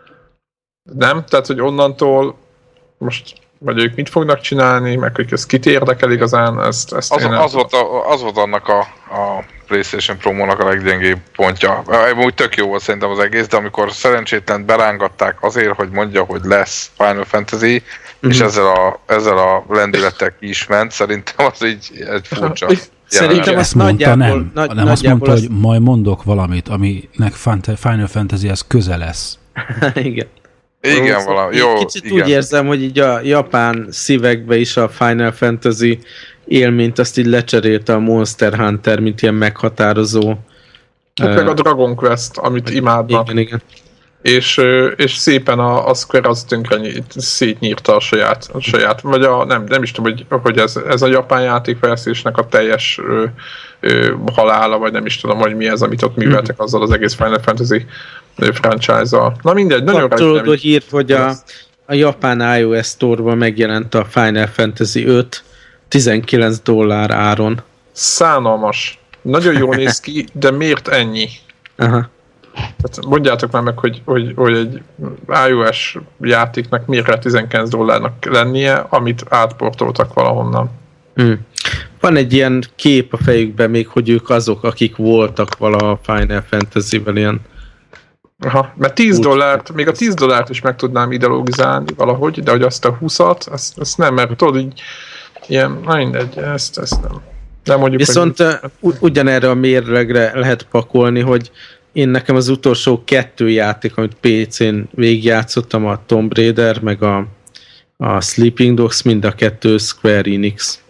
nem? Tehát, hogy onnantól most vagy ők mit fognak csinálni, meg hogy ez kit érdekel igazán, ezt, ezt az, az, volt a, az volt annak a, a PlayStation Promónak a leggyengébb pontja. Úgy tök jó volt szerintem az egész, de amikor szerencsétlen berángatták azért, hogy mondja, hogy lesz Final Fantasy, mm-hmm. és ezzel a, ezzel a lendülettel ki is ment, szerintem az így egy furcsa. Szerintem azt mondta, nagyjából, nem, nagy, nem azt mondta, azt... hogy majd mondok valamit, aminek Final Fantasy-hez köze lesz. Igen. Igen, valami. Jó, kicsit igen. úgy érzem, hogy így a japán szívekbe is a Final Fantasy élményt azt így lecserélte a Monster Hunter, mint ilyen meghatározó. Hát uh, meg a Dragon Quest, amit imádnak. Igen, igen. És, és szépen a, a Square az tönkre szétnyírta a saját, a saját vagy a, nem, nem is tudom, hogy, hogy ez, ez a japán játékfejlesztésnek a teljes ö, ö, halála, vagy nem is tudom, hogy mi ez, amit ott műveltek mm-hmm. azzal az egész Final Fantasy franchise-al. Na mindegy, nagyon kapcsolódó hír, hogy a, a japán iOS Store-ban megjelent a Final Fantasy öt tizenkilenc dollár áron. Szánalmas. Nagyon jól néz ki, de miért ennyi? Aha. Tehát mondjátok már meg, hogy, hogy, hogy egy iOS játéknak miért tizenkilenc dollárnak lennie, amit átportoltak valahonnan. Hmm. Van egy ilyen kép a fejükben még, hogy ők azok, akik voltak valaha Final Fantasy-vel ilyen. Aha, mert tíz dollárt, még a tíz dollárt is meg tudnám ideologizálni valahogy, de hogy azt a húszat, azt, azt nem, mert tudod így ilyen, na mindegy, ezt, ezt nem. nem mondjuk, viszont hogy... ugyanerre a mérlegre lehet pakolni, hogy én nekem az utolsó kettő játék, amit pé cén végigjátszottam, a Tomb Raider, meg a, a Sleeping Dogs, mind a kettő Square Enix.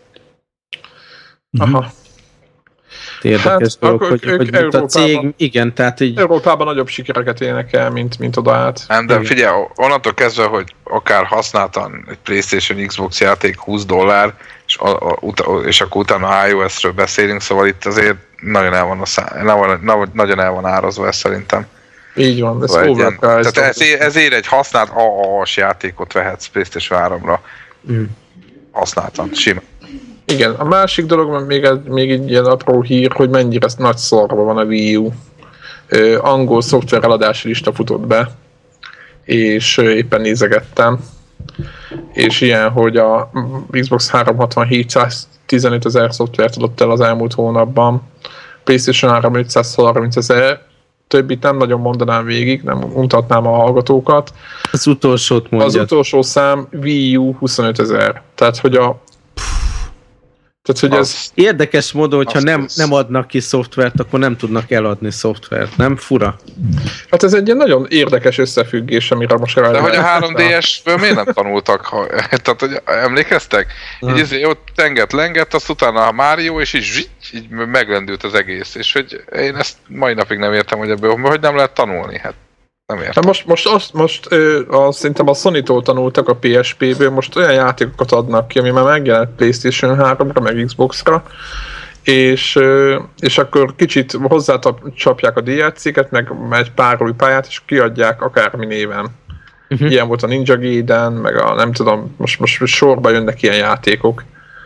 Aha. Érdekes hát, dolog, hogy, hogy a cég, igen, tehát így... Európában nagyobb sikereket élnek el, mint, mint oda át. Nem, de figyelj, onnantól kezdve, hogy akár használtan egy PlayStation Xbox játék húsz dollár, és, a, a, és akkor utána iOS-ről beszélünk, szóval itt azért nagyon el van, a szá... nagyon el van árazva ez szerintem. Így van, ez szóval ilyen... Tehát ezért, ezért egy használt á á-s játékot vehetsz PlayStation háromra. Mm. Használtan, simán. Igen, a másik dolog, még, még egy ilyen apró hír, hogy mennyire nagy szarva van a Wii U. Ö, angol szoftver eladási lista futott be, és ö, éppen nézegettem. És ilyen, hogy a Xbox háromszázhatvan hétszáztizenöt ezer szoftvert adott el az elmúlt hónapban, PlayStation három ötszázharminc ezer, többit nem nagyon mondanám végig, nem mutatnám a hallgatókat. Az utolsót mondjad. Az utolsó szám Wii U huszonöt ezer. Tehát, hogy a Tehát, hogy az, ez... Érdekes módon, hogyha nem, nem adnak ki szoftvert, akkor nem tudnak eladni szoftvert, nem? Fura? Hát ez egy ilyen nagyon érdekes összefüggés, amire most rá... De hogy a három dé es-ből miért nem tanultak? Ha, tehát, hogy emlékeztek? Így ez, ott tengett, lengett, azt utána a Mario, és így, zsigy, így meglendült az egész. És hogy én ezt mai napig nem értem, hogy ebből hogy nem lehet tanulni. Hát nem értem. Most, most, most, most ö, a, szerintem a Sony-tól tanultak a pé es pé-ből, most olyan játékokat adnak ki, ami már megjelent PlayStation háromra, meg Xbox-ra, és, és akkor kicsit hozzácsapják a dé el cé-ket, meg egy pár új pályát, és kiadják akármi néven. Uh-huh. Ilyen volt a Ninja Gaiden, meg a nem tudom, most, most sorba jönnek ilyen játékok.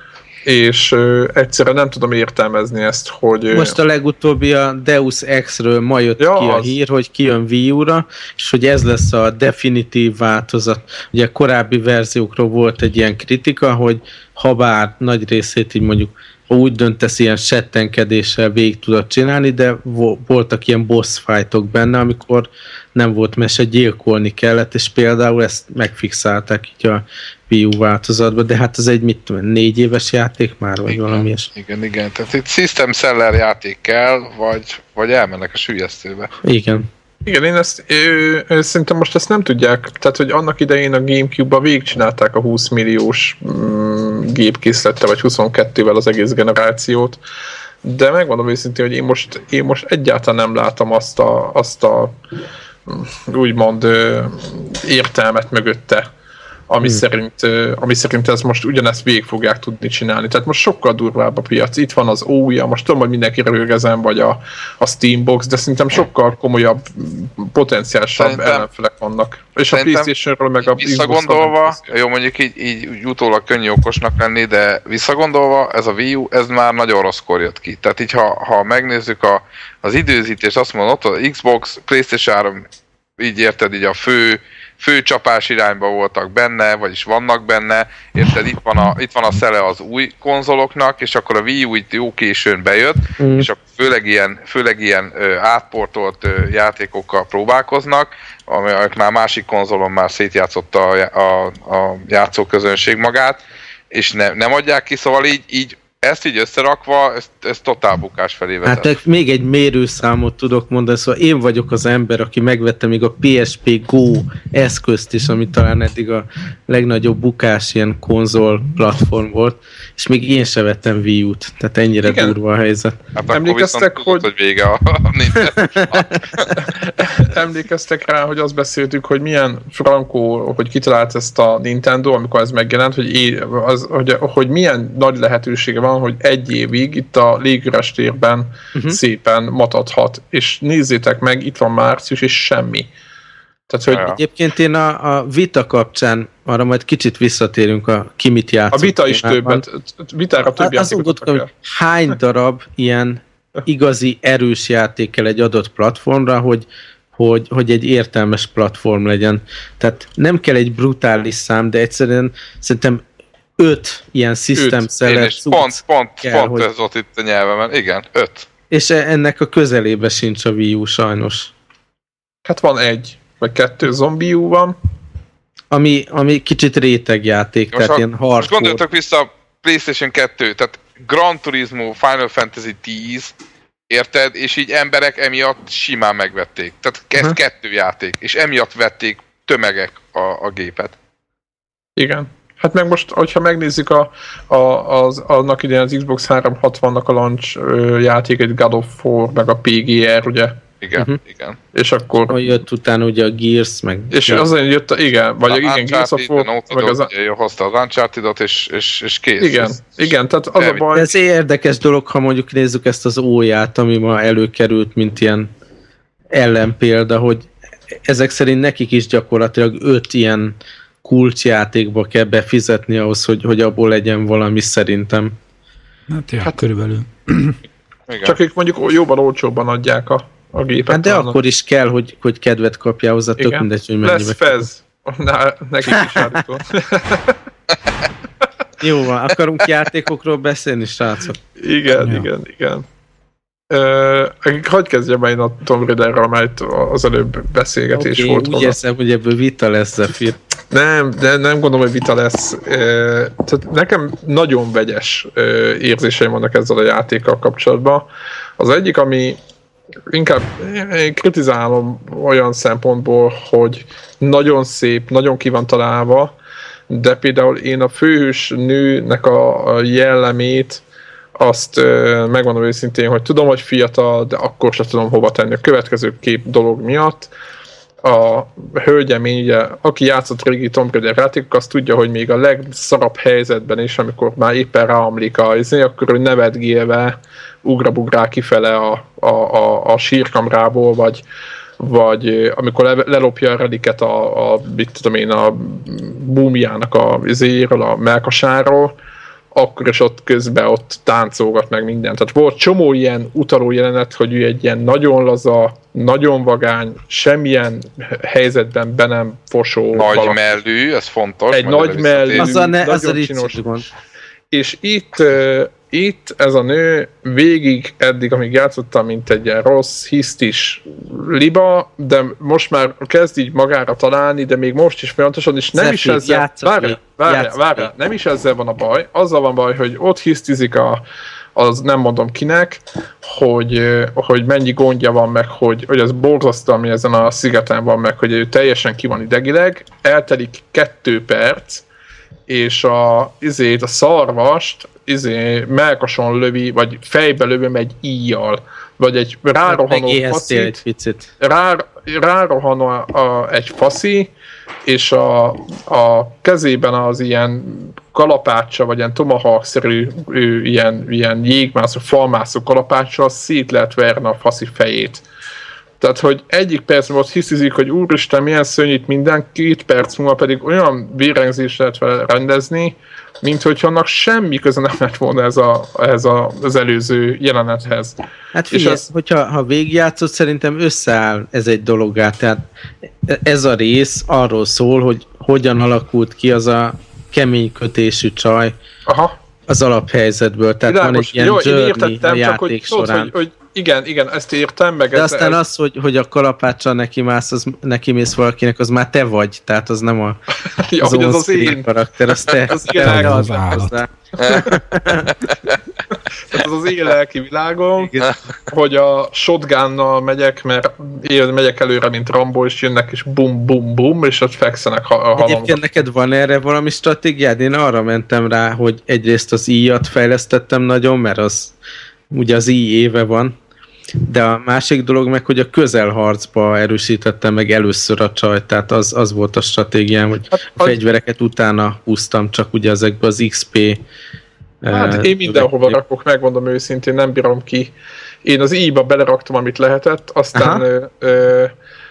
És uh, egyszerűen nem tudom értelmezni ezt, hogy... Most a legutóbbi a Deus Ex-ről ma jött ja, ki a az... hír, hogy kijön Wii U-ra, és hogy ez lesz a definitív változat. Ugye korábbi verziókról volt egy ilyen kritika, hogy ha bár nagy részét így mondjuk ha úgy döntesz, ilyen settenkedéssel végig tudod csinálni, de vo- voltak ilyen boss fightok benne, amikor nem volt mese, gyilkolni kellett, és például ezt megfixálták így a Wii U változatban, de hát ez egy mit tudom, négy éves játék már, vagy igen, valami is. Igen, igen, tehát itt system seller játék kell, vagy, vagy elmennek a süllyesztőbe. Igen. Igen, én ezt, ő, ő, szerintem most ezt nem tudják, tehát hogy annak idején a Gamecube-ban végigcsinálták a húsz milliós mm, gépkészlettel, vagy huszonkettővel az egész generációt, de megmondom őszintén, hogy én most, én most egyáltalán nem látom azt a, azt a úgymond értelmet mögötte, ami, hmm. szerint, ami szerint ez most ugyanezt végig fogják tudni csinálni. Tehát most sokkal durvább a piac. Itt van az ó u á, most tudom, hogy mindenki rögezem, vagy a, a Steambox, de szerintem sokkal komolyabb, potenciálisabb szerintem, ellenfelek vannak. És a PlayStation-ről meg a visszagondolva, jó, mondjuk így, így utólag könnyű okosnak lenni, de visszagondolva, ez a Wii U, ez már nagyon rosszkor jött ki. Tehát így, ha, ha megnézzük a, az időzítést, azt mondod, ott a Xbox, PlayStation három, így érted, így a fő fő csapás irányba voltak benne, vagyis vannak benne, érted, itt van a, itt van a szele az új konzoloknak, és akkor a Wii U itt jó későn bejött, mm. és akkor főleg ilyen, főleg ilyen ö, átportolt ö, játékokkal próbálkoznak, amelyek már másik konzolon már szétjátszotta a, a, a játszóközönség magát, és ne, nem adják ki, szóval így, így ezt így összerakva, ez, ez totál bukás felé vezet. Hát még egy mérőszámot tudok mondani, szóval én vagyok az ember, aki megvette még a pé es pé Go eszközt is, ami talán eddig a legnagyobb bukás ilyen konzol platform volt, és még én se vettem Wii U-t, tehát ennyire igen. Durva a helyzet. Hát emlékeztek, hogy... Tudod, hogy vége a Emlékeztek rá, hogy azt beszéltük, hogy milyen frankó, hogy kitalált ezt a Nintendo, amikor ez megjelent, hogy, é, az, hogy, hogy milyen nagy lehetősége van, hogy egy évig itt a légüres térben uh-huh. szépen matadhat. És nézzétek meg, itt van március, és semmi. Tehát, hogy... Ja. Egyébként én a, a vita kapcsán, arra majd kicsit visszatérünk, a ki mit játszott. A vita is többet, vitára több játékot gondoltam, hogy hány darab ilyen igazi erős játékkel egy adott platformra, hogy, hogy, hogy egy értelmes platform legyen. Tehát nem kell egy brutális szám, de egyszerűen szerintem öt ilyen system seller pont, pont, kell, pont hogy... ez ott itt a nyelvemen. Igen, öt. És ennek a közelébe sincs a Wii U sajnos. Hát van egy, vagy kettő Zombie U van. Ami, ami kicsit rétegjáték, most tehát ha, ilyen hardcore. Most gondoljatok vissza a PlayStation kettő, tehát Gran Turismo, Final Fantasy tíz, érted? És így emberek emiatt simán megvették. Tehát ez uh-huh. kettő játék, és emiatt vették tömegek a, a gépet. Igen. Hát meg most, hogyha megnézzük a, a, az, annak idején az Xbox háromszázhatvannak a launch ö, játék, egy God of War, meg a pé gé er, ugye? Igen, uh-huh. igen. És akkor... Hogy jött utána ugye a Gears, meg... És ja. azért jött, a, igen, vagy a, igen, Gears of War, meg az... hozta az Uncharted-ot, és, és, és kész. Igen, ez, igen, tehát az a baj... Ez érdekes dolog, ha mondjuk nézzük ezt az óját, ami ma előkerült, mint ilyen ellenpélda, hogy ezek szerint nekik is gyakorlatilag öt ilyen kulcsjátékba kell befizetni ahhoz, hogy, hogy abból legyen valami szerintem. Hát, ja, hát körülbelül. Igen. Csak ők mondjuk jóval olcsóbban adják a, a gépet. Hát de talán. Akkor is kell, hogy, hogy kedvet kapjál hozzá, tök mindegy, hogy mennyibe. Lesz fez. Na, nekik is állító. Jó van, akarunk játékokról beszélni, srácok? Igen, ja. igen, igen. Uh, hogy kezdjem én a Tomb Raiderről, mert az előbb beszélgetés okay, volt. Úgy érzem, hogy ebből vita lesz, Zephyr. Nem, de nem gondolom, hogy vita lesz. Tehát nekem nagyon vegyes érzéseim vannak ezzel a játékkal kapcsolatban. Az egyik, ami inkább én kritizálom olyan szempontból, hogy nagyon szép, nagyon ki van találva, de például én a főhős nőnek a jellemét azt megmondom őszintén, hogy tudom, hogy fiatal, de akkor sem tudom hova tenni a következő kép dolog miatt. A hölgyemény, ugye, aki játszott régi Tomb Raider játékok, azt tudja, hogy még a legszarabb helyzetben is, amikor már éppen ráomlik a izé, akkor ő nevetgélve ugrabugrál kifele a, a, a, a sírkamrából, vagy, vagy amikor le, lelopja a reliket a, a, mit tudom én, a múmiának a izéről, a melkasáról, akkor is ott közben ott táncolgat meg mindent. Tehát volt csomó ilyen utaló jelenet, hogy ő egy ilyen nagyon laza, nagyon vagány, semmilyen helyzetben be nem fosó. Nagy valaki. mellű, ez fontos. Egy nagy mellű, az a, ne, az a csinos. És itt, uh, itt ez a nő végig eddig, amíg játszottam, mint egy ilyen rossz, hisztis liba, de most már kezd így magára találni, de még most is folyamatosan, és nem Zefi, is ezzel, várj, várj, várj, nem is ezzel van a baj, azzal van baj, hogy ott hisztizik a, az nem mondom kinek, hogy, hogy mennyi gondja van meg, hogy, hogy az borzasztó, ami ezen a szigeten van meg, hogy ő teljesen ki van idegileg, eltelik kettő perc, és a, izét, a szarvast izé, melkason lövi, vagy fejbe lövi egy íjjal, vagy egy rárohanó faszit, egy rá, rárohan a, a, egy faszi, és a, a kezében az ilyen kalapácsa, vagy ilyen tomahawk-szerű ő, ilyen, ilyen jégmászó, falmászó kalapácsa, szét lehet verni a faszi fejét. Tehát, hogy egyik percben ott hiszizik, hogy úristen, milyen szörnyít minden, két perc múlva pedig olyan vérengzést lehet vele rendezni, mint hogy annak semmi köze nem lett volna ez, a, ez a, az előző jelenethez. Hát figyelj, ez... hogyha ha végigjátszott, szerintem összeáll ez egy dologgá. Tehát ez a rész arról szól, hogy hogyan alakult ki az a kemény kötésű csaj Aha. az alaphelyzetből. Tehát Világos. Van egy ilyen Jó, journey a játék hogy, során. Hogy, hogy igen, igen, ezt értem meg. De ez, aztán ez... az, hogy, hogy a kalapáccsal neki mász, az, neki mész valakinek, az már te vagy, tehát az nem a, ja, az, az, az én karakter, az te. az te az, az, az állat. Ez az én lelki világom, igen. Hogy a shotgunnal megyek, mert én megyek előre, mint Rambo, és jönnek, és bum, bum, bum, és ott fekszenek a halomba. Egyébként neked van erre valami stratégiád? Én arra mentem rá, hogy egyrészt az íjat fejlesztettem nagyon, mert az ugye az íj éve van, de a másik dolog meg, hogy a közelharcba erősítettem meg először a csajt, tehát az, az volt a stratégiám, hogy hát, a fegyvereket utána húztam, csak ugye ezekbe az iksz pé. Hát uh, én mindenhova ö, rakok, megmondom őszintén, nem bírom ki. Én az íjba beleraktam, amit lehetett, aztán ö, ö,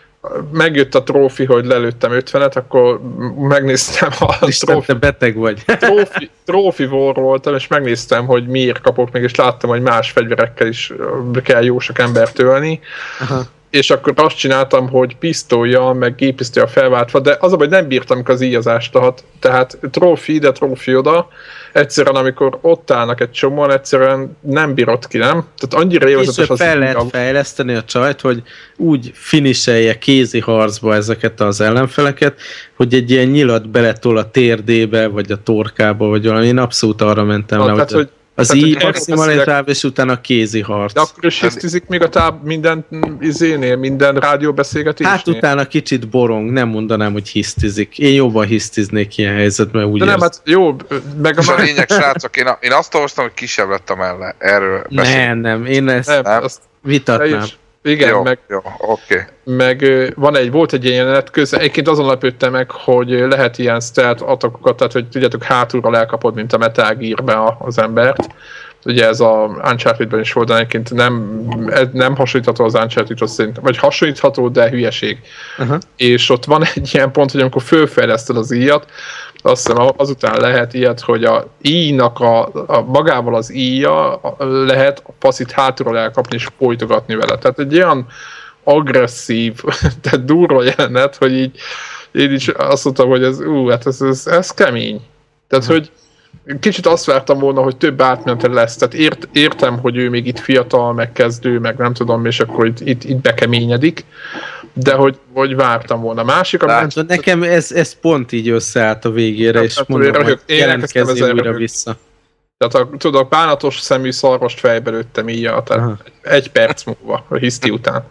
megjött a trófi, hogy lelőttem ötvenet, akkor megnéztem a Isten, trófi, te beteg vagy. trófi, trófi voltam, és megnéztem, hogy miért kapok meg, és láttam, hogy más fegyverekkel is kell jó sok embert ölni. Aha. És akkor azt csináltam, hogy pisztolya, meg géppisztolya felváltva, de az a baj, nem bírtam az íjazást, tehát trófi ide, trófi oda. Egyszerűen, amikor ott állnak egy csomóan, egyszerűen nem bírod ki, nem? Tehát annyira élvezetes az fel lehet fejleszteni a csajt, hogy úgy finiselje kézi harcba ezeket az ellenfeleket, hogy egy ilyen nyilat beletol a térdébe, vagy a torkába, vagy valami. Én abszolút arra mentem Na, rá, tehát, hogy az így maximalizálva, és utána a kézi harc. De akkor is hisztizik még a táb minden izénél, minden rádióbeszélgetésnél? Hát utána kicsit borong, nem mondanám, hogy hisztizik. Én jobban hisztiznék ilyen helyzetben, úgy De nem, hát jó, meg a... a lényeg, srácok, én, a, én azt olvastam, hogy kisebb lettem el erről beszélni. Nem, nem, én ezt nem, nem. vitatnám. Igen, jó, meg, jó, okay. meg van egy, volt egy ilyen jelenet közben, egyébként azon lepődtem meg, hogy lehet ilyen stealth attackokat, tehát hogy tudjátok, hátulról elkapod, mint a Metal Gear-be az embert. Ugye ez a Uncharted-ben is volt, de egyébként nem, nem hasonlítható az Uncharted-hoz szerintem, vagy hasonlítható, de hülyeség. Uh-huh. És ott van egy ilyen pont, hogy amikor fölfejleszted az íjat, azt hiszem azután lehet ilyet, hogy a íjnak a, a magával az íja lehet a passzit hátulról elkapni és folytogatni vele. Tehát egy olyan agresszív, tehát durva jelenet, hogy így én is azt mondtam, hogy ez, ú, hát ez, ez, ez kemény. Tehát, uh-huh. hogy kicsit azt vártam volna, hogy több átmenete lesz. Tehát ért, értem, hogy ő még itt fiatal, meg kezdő, meg nem tudom, és akkor itt, itt, itt bekeményedik, de hogy, hogy vártam volna. Másik, ami... Hát, nekem ez, ez pont így összeállt a végére, nem, és hát, mondom, röhög, hogy jelentkezzél újra vissza. Tehát a, tudod, bánatos szemű szarvast fejbe lőttem így, tehát aha. egy perc múlva, a hiszti után.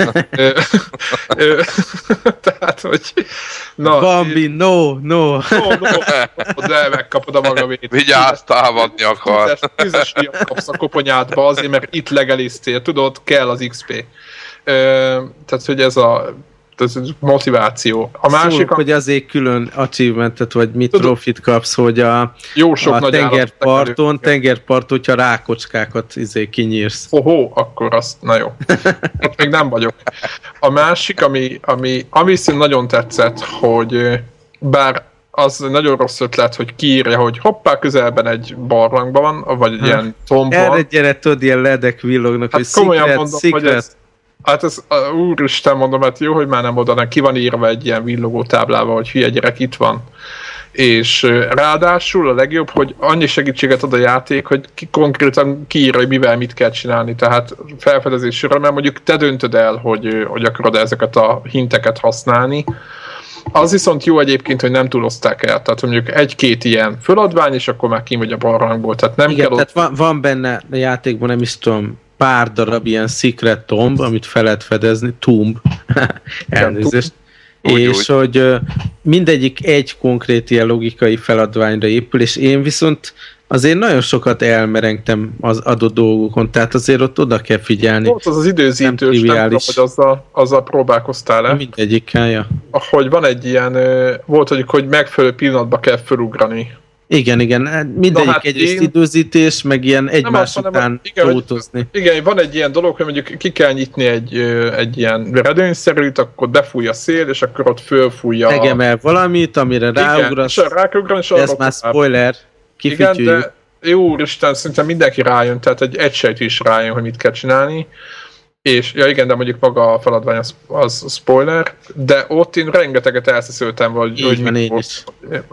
Tehát, hogy... Na, Bambi, így, no, no. No, no, de megkapod a magavét. Vigyázz, támadni akar. Tízes díjat kapsz a koponyádba azért, mert itt legeliztél, tudod, kell az iksz pé. Tehát, hogy ez a... ez motiváció. A másik... Szólok, a... hogy azért külön achievementet, vagy mit profit kapsz, hogy a, jó sok a nagy tengerparton, tengerpart, hogyha rákocskákat izé kinyírsz. Ohó, akkor azt, na jó. Ott még nem vagyok. A másik, ami, ami, ami szint nagyon tetszett, hogy bár az nagyon rossz ötlet, hogy kiírja, hogy hoppá, közelben egy barlangban van, vagy egy ha. ilyen tomb van. Erre gyere, tudod, ilyen ledek villognak, hát hogy secret, mondom, secret. Hogy ez, hát ez, úristen mondom, hát jó, hogy már nem oda, ki van írva egy ilyen villogó táblával, hogy hülye gyerek itt van. És ráadásul a legjobb, hogy annyi segítséget ad a játék, hogy ki konkrétan kiírja, hogy mivel mit kell csinálni. Tehát felfedezésre, mert mondjuk te döntöd el, hogy, hogy akarod ezeket a hinteket használni. Az viszont jó egyébként, hogy nem túlozták el. Tehát mondjuk egy-két ilyen föladvány, és akkor már kim vagy a barlangból. Tehát nem igen, kell tehát ott... van, van benne a játékban, nem is tudom, pár darab ilyen secret tomb, amit fel lehet fedezni, tomb, elnézést, úgy, és úgy. Hogy mindegyik egy konkrét ilyen logikai feladványra épül, és én viszont azért nagyon sokat elmerengtem az adott dolgokon, tehát azért ott oda kell figyelni. Volt az az időzítős, nem tudom, hogy azzal, azzal próbálkoztál-e? Mindegyikkel, ja. Hogy van egy ilyen, volt, hogy, hogy megfelelő pillanatban kell felugrani. Igen, igen. Mindegyik hát egyrészt én... időzítés, meg ilyen egymás az, után tótozni. Igen, van egy ilyen dolog, hogy mondjuk ki kell nyitni egy, egy ilyen redőnyszerűt, akkor befúj a szél, és akkor ott fölfújja. Tegemel valamit, amire ráugrasz. Igen, ráugran, és ez már spoiler. Kifütyüljük. Igen, de jó úristen, szerintem mindenki rájön, tehát egy egysejtű is rájön, hogy mit kell csinálni. És, ja igen, de mondjuk maga a feladvány az, az spoiler, de ott én rengeteget elszeszöltem, hogy, hogy van, én is.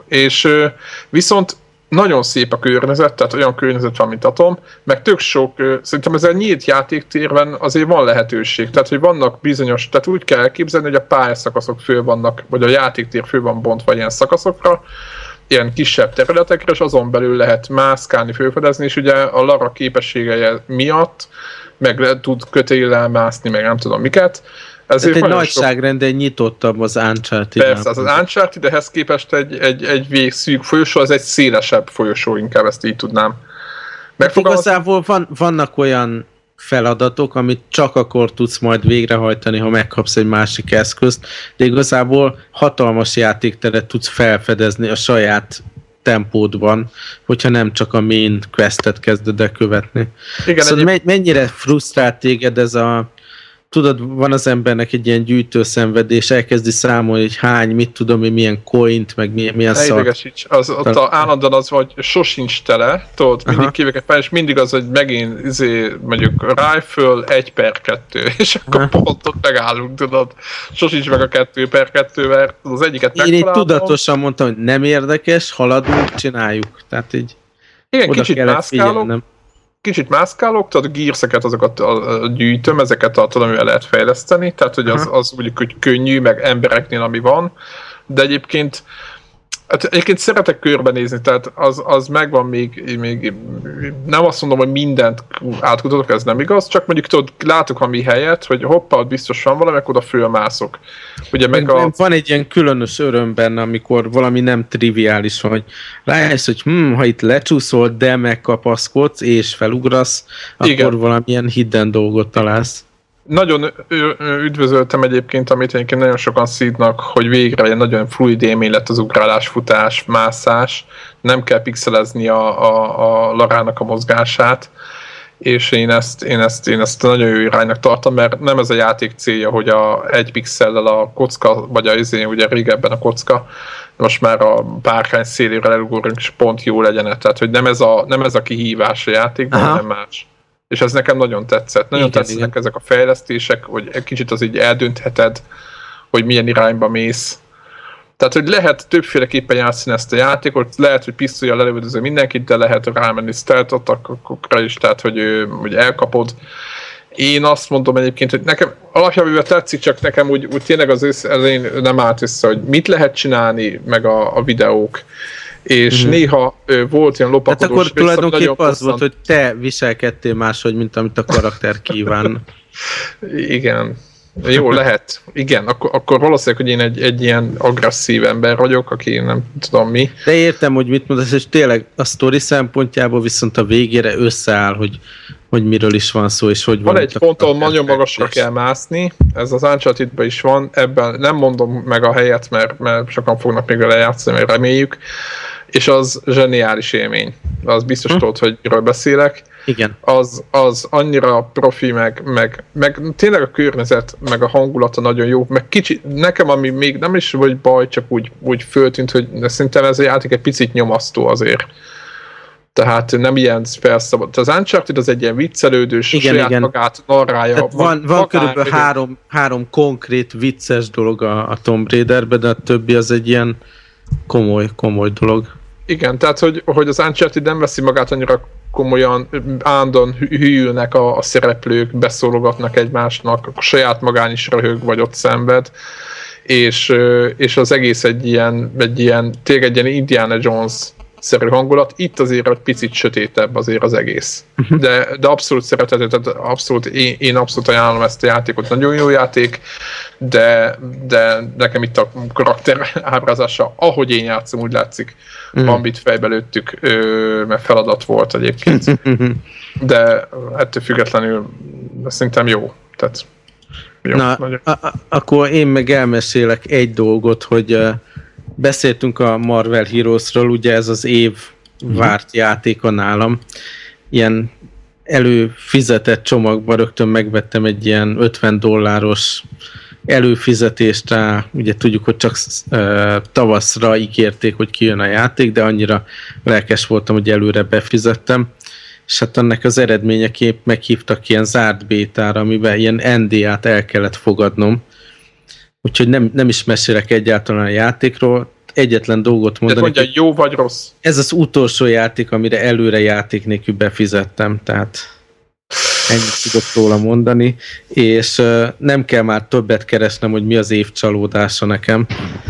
És viszont nagyon szép a környezet, tehát olyan környezet van, mint Atom, meg tök sok, szerintem ezzel nyílt játéktérben azért van lehetőség, tehát hogy vannak bizonyos, tehát úgy kell elképzelni, hogy a pályaszakaszok föl vannak, vagy a játéktér föl van bontva ilyen szakaszokra, ilyen kisebb területekre, és azon belül lehet mászkálni, fölfedezni, és ugye a Lara képessége miatt meg le tud kötéllel mászni, meg nem tudom miket. Ezért egy nagyságrenden sok... nyitottabb az Uncharted. Persze, az, az Uncharted ehhez képest egy, egy, egy végszűk folyosó, az egy szélesebb folyosó, inkább ezt így tudnám. Megfogalmaz... Igazából van, vannak olyan feladatok, amit csak akkor tudsz majd végrehajtani, ha megkapsz egy másik eszközt, de igazából hatalmas játékteret tudsz felfedezni a saját tempódban, hogyha nem csak a main questet kezded el követni. Igen, szóval egyéb... mennyire frusztrált téged ez a tudod, van az embernek egy ilyen gyűjtőszenvedés, elkezdi számolni, hogy hány, mit tudom én, milyen coint, meg milyen, milyen szart. Az, ott a, állandóan az, hogy sosincs tele, tudod, mindig kívek egy pályán, és mindig az, hogy megint izé, mondjuk rifle egy per kettő, és akkor aha. pont ott megállunk, tudod, sosincs meg a kettő per kettő, mert az egyiket megtalálom. Én így tudatosan mondtam, hogy nem érdekes, haladunk, csináljuk. Tehát így igen, kicsit mászkálok, kicsit mászkálok, tehát a gearseket azokat a, a gyűjtöm, ezeket a, tudom, mivel lehet fejleszteni, tehát hogy az, az úgy, hogy könnyű, meg embereknél, ami van, de egyébként hát egyébként szeretek körbenézni, tehát az, az megvan még, még, nem azt mondom, hogy mindent átkutatok, ez nem igaz, csak mondjuk tudod, látok valami helyet, hogy hoppá, ott biztos van valami, akkor oda fölmászok. Ugye meg a... Van egy ilyen különös öröm benne, amikor valami nem triviális van, hogy rájössz, hogy hm, ha itt lecsúszol, de megkapaszkodsz, és felugrasz, akkor igen. valamilyen hidden dolgot találsz. Nagyon üdvözöltem egyébként, amit egyébként nagyon sokan szídnak, hogy végre egy nagyon fluid élmény lett az ugrálás, futás, mászás, nem kell pixelezni a, a, a Larának a mozgását, és én ezt, én, ezt, én ezt nagyon jó iránynak tartom, mert nem ez a játék célja, hogy a egy pixellel a kocka, vagy a izé, ugye régebben a kocka, most már a párkány szélére elugorunk, és pont jó legyen, tehát hogy nem ez a, nem ez a kihívás a játékban, hanem más. És ez nekem nagyon tetszett. Nagyon igen, tetszenek igen. ezek a fejlesztések, hogy egy kicsit az így eldöntheted, hogy milyen irányba mész. Tehát, hogy lehet többféleképpen játszani ezt a játékot, lehet, hogy pisztollyal lelövöldöző mindenkit, de lehet rámenni stealth attackokra is, tehát, hogy, hogy elkapod. Én azt mondom egyébként, hogy nekem alapjában tetszik, csak nekem úgy, úgy tényleg az össze, én nem állt össze, hogy mit lehet csinálni, meg a, a videók. És mm-hmm. néha ö, volt ilyen lopakodós... Hát akkor tulajdonképpen az volt, hogy te viselkedtél máshogy, mint amit a karakter kíván. Igen. Jó, lehet. Igen, akkor, akkor valószínűleg, hogy én egy, egy ilyen agresszív ember vagyok, aki nem tudom mi. De értem, hogy mit mondasz, és tényleg a sztori szempontjából viszont a végére összeáll, hogy, hogy miről is van szó, és hogy van... Van egy pont, ahol nagyon magasra kell mászni, ez az Uncharted-ben is van, ebben nem mondom meg a helyet, mert, mert sokan fognak még vele játszani, mert reméljük, és az zseniális élmény. Az biztos hm. tudod, hogy miről beszélek. Igen. Az, az annyira profi, meg, meg, meg tényleg a környezet, meg a hangulata nagyon jó, meg kicsi, nekem ami még nem is vagy baj, csak úgy, úgy föltűnt, hogy szerintem ez a játék egy picit nyomasztó azért. Tehát nem ilyen felszabad. Az Uncharted az egy ilyen viccelődős, igen, saját igen. magát narrálja. Tehát van, van körülbelül három, három konkrét vicces dolog a, a Tomb Raiderben, de a többi az egy ilyen komoly, komoly dolog. Igen, tehát hogy, hogy az Uncharted nem veszi magát annyira komolyan, ándon hűlnek a, a szereplők, beszólogatnak egymásnak, a saját magán is röhög vagy ott szenved, és, és az egész egy ilyen, egy ilyen, tényleg egy ilyen Indiana Jones-szerű hangulat. Itt azért egy picit sötétebb azért az egész. De, de abszolút szeretető, tehát abszolút, én, én abszolút ajánlom ezt a játékot, nagyon jó játék, de, de nekem itt a karakter ábrázása, ahogy én játszom, úgy látszik, mm. Bambit fejbe lőttük, mert feladat volt egyébként. De ettől függetlenül szerintem jó. Tehát jó. Na, a, a, akkor én meg elmesélek egy dolgot, hogy uh, beszéltünk a Marvel Heroesról, ugye ez az év várt játéka nálam. Ilyen előfizetett csomagban rögtön megvettem egy ilyen ötven dolláros előfizetést rá, ugye tudjuk, hogy csak uh, tavaszra ígérték, hogy kijön a játék, de annyira lelkes voltam, hogy előre befizettem, és hát ennek az eredményeképp meghívtak ilyen zárt bétára, amiben ilyen en dé á-t el kellett fogadnom, úgyhogy nem, nem is mesélek egyáltalán a játékról, egyetlen dolgot mondani. De mondja, jó vagy rossz? Ez az utolsó játék, amire előre játék nélkül befizettem, tehát ennyit tudok róla mondani, és uh, nem kell már többet keresnem, hogy mi az év csalódása nekem.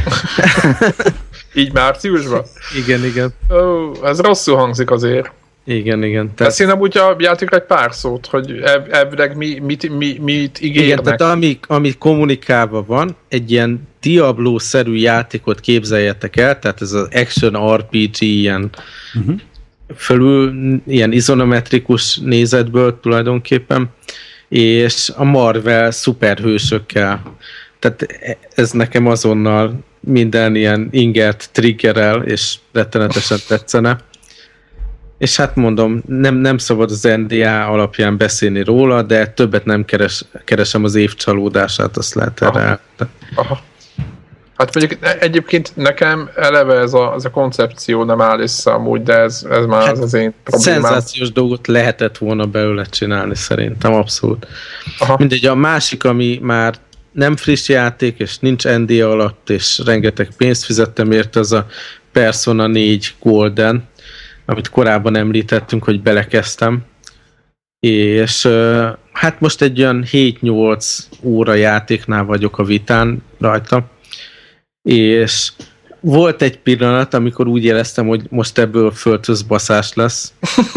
Így márciusban? Igen, igen. Oh, ez rosszul hangzik azért. Igen, igen. Beszélj nem úgy a játékra egy pár szót, hogy elvileg mi, mit, mi, mit ígérnek. Igen, tehát ami, ami kommunikálva van, egy ilyen Diablo-szerű játékot képzeljetek el, tehát ez az action er pé gé ilyen uh-huh. fölül, ilyen izonometrikus nézetből tulajdonképpen, és a Marvel szuperhősökkel. Tehát ez nekem azonnal minden ilyen ingert triggerel, és rettenetesen tetszene. És hát mondom, nem, nem szabad az en dé á alapján beszélni róla, de többet nem keres, keresem az év csalódását, azt lehet erre. Aha. Aha. Hát mondjuk egyébként nekem eleve ez a, ez a koncepció nem áll össze amúgy, de ez, ez már hát az, az én problémám. Szenzációs dolgot lehetett volna belőle csinálni szerintem, abszolút. Aha. Mindegy, a másik, ami már nem friss játék, és nincs en dé á alatt, és rengeteg pénzt fizettem érte, az a Persona négy Golden, amit korábban említettünk, hogy belekezdtem. És hát most egy olyan hét-nyolc óra játéknál vagyok a vitán rajta. És volt egy pillanat, amikor úgy éreztem, hogy most ebből földhözbaszás lesz.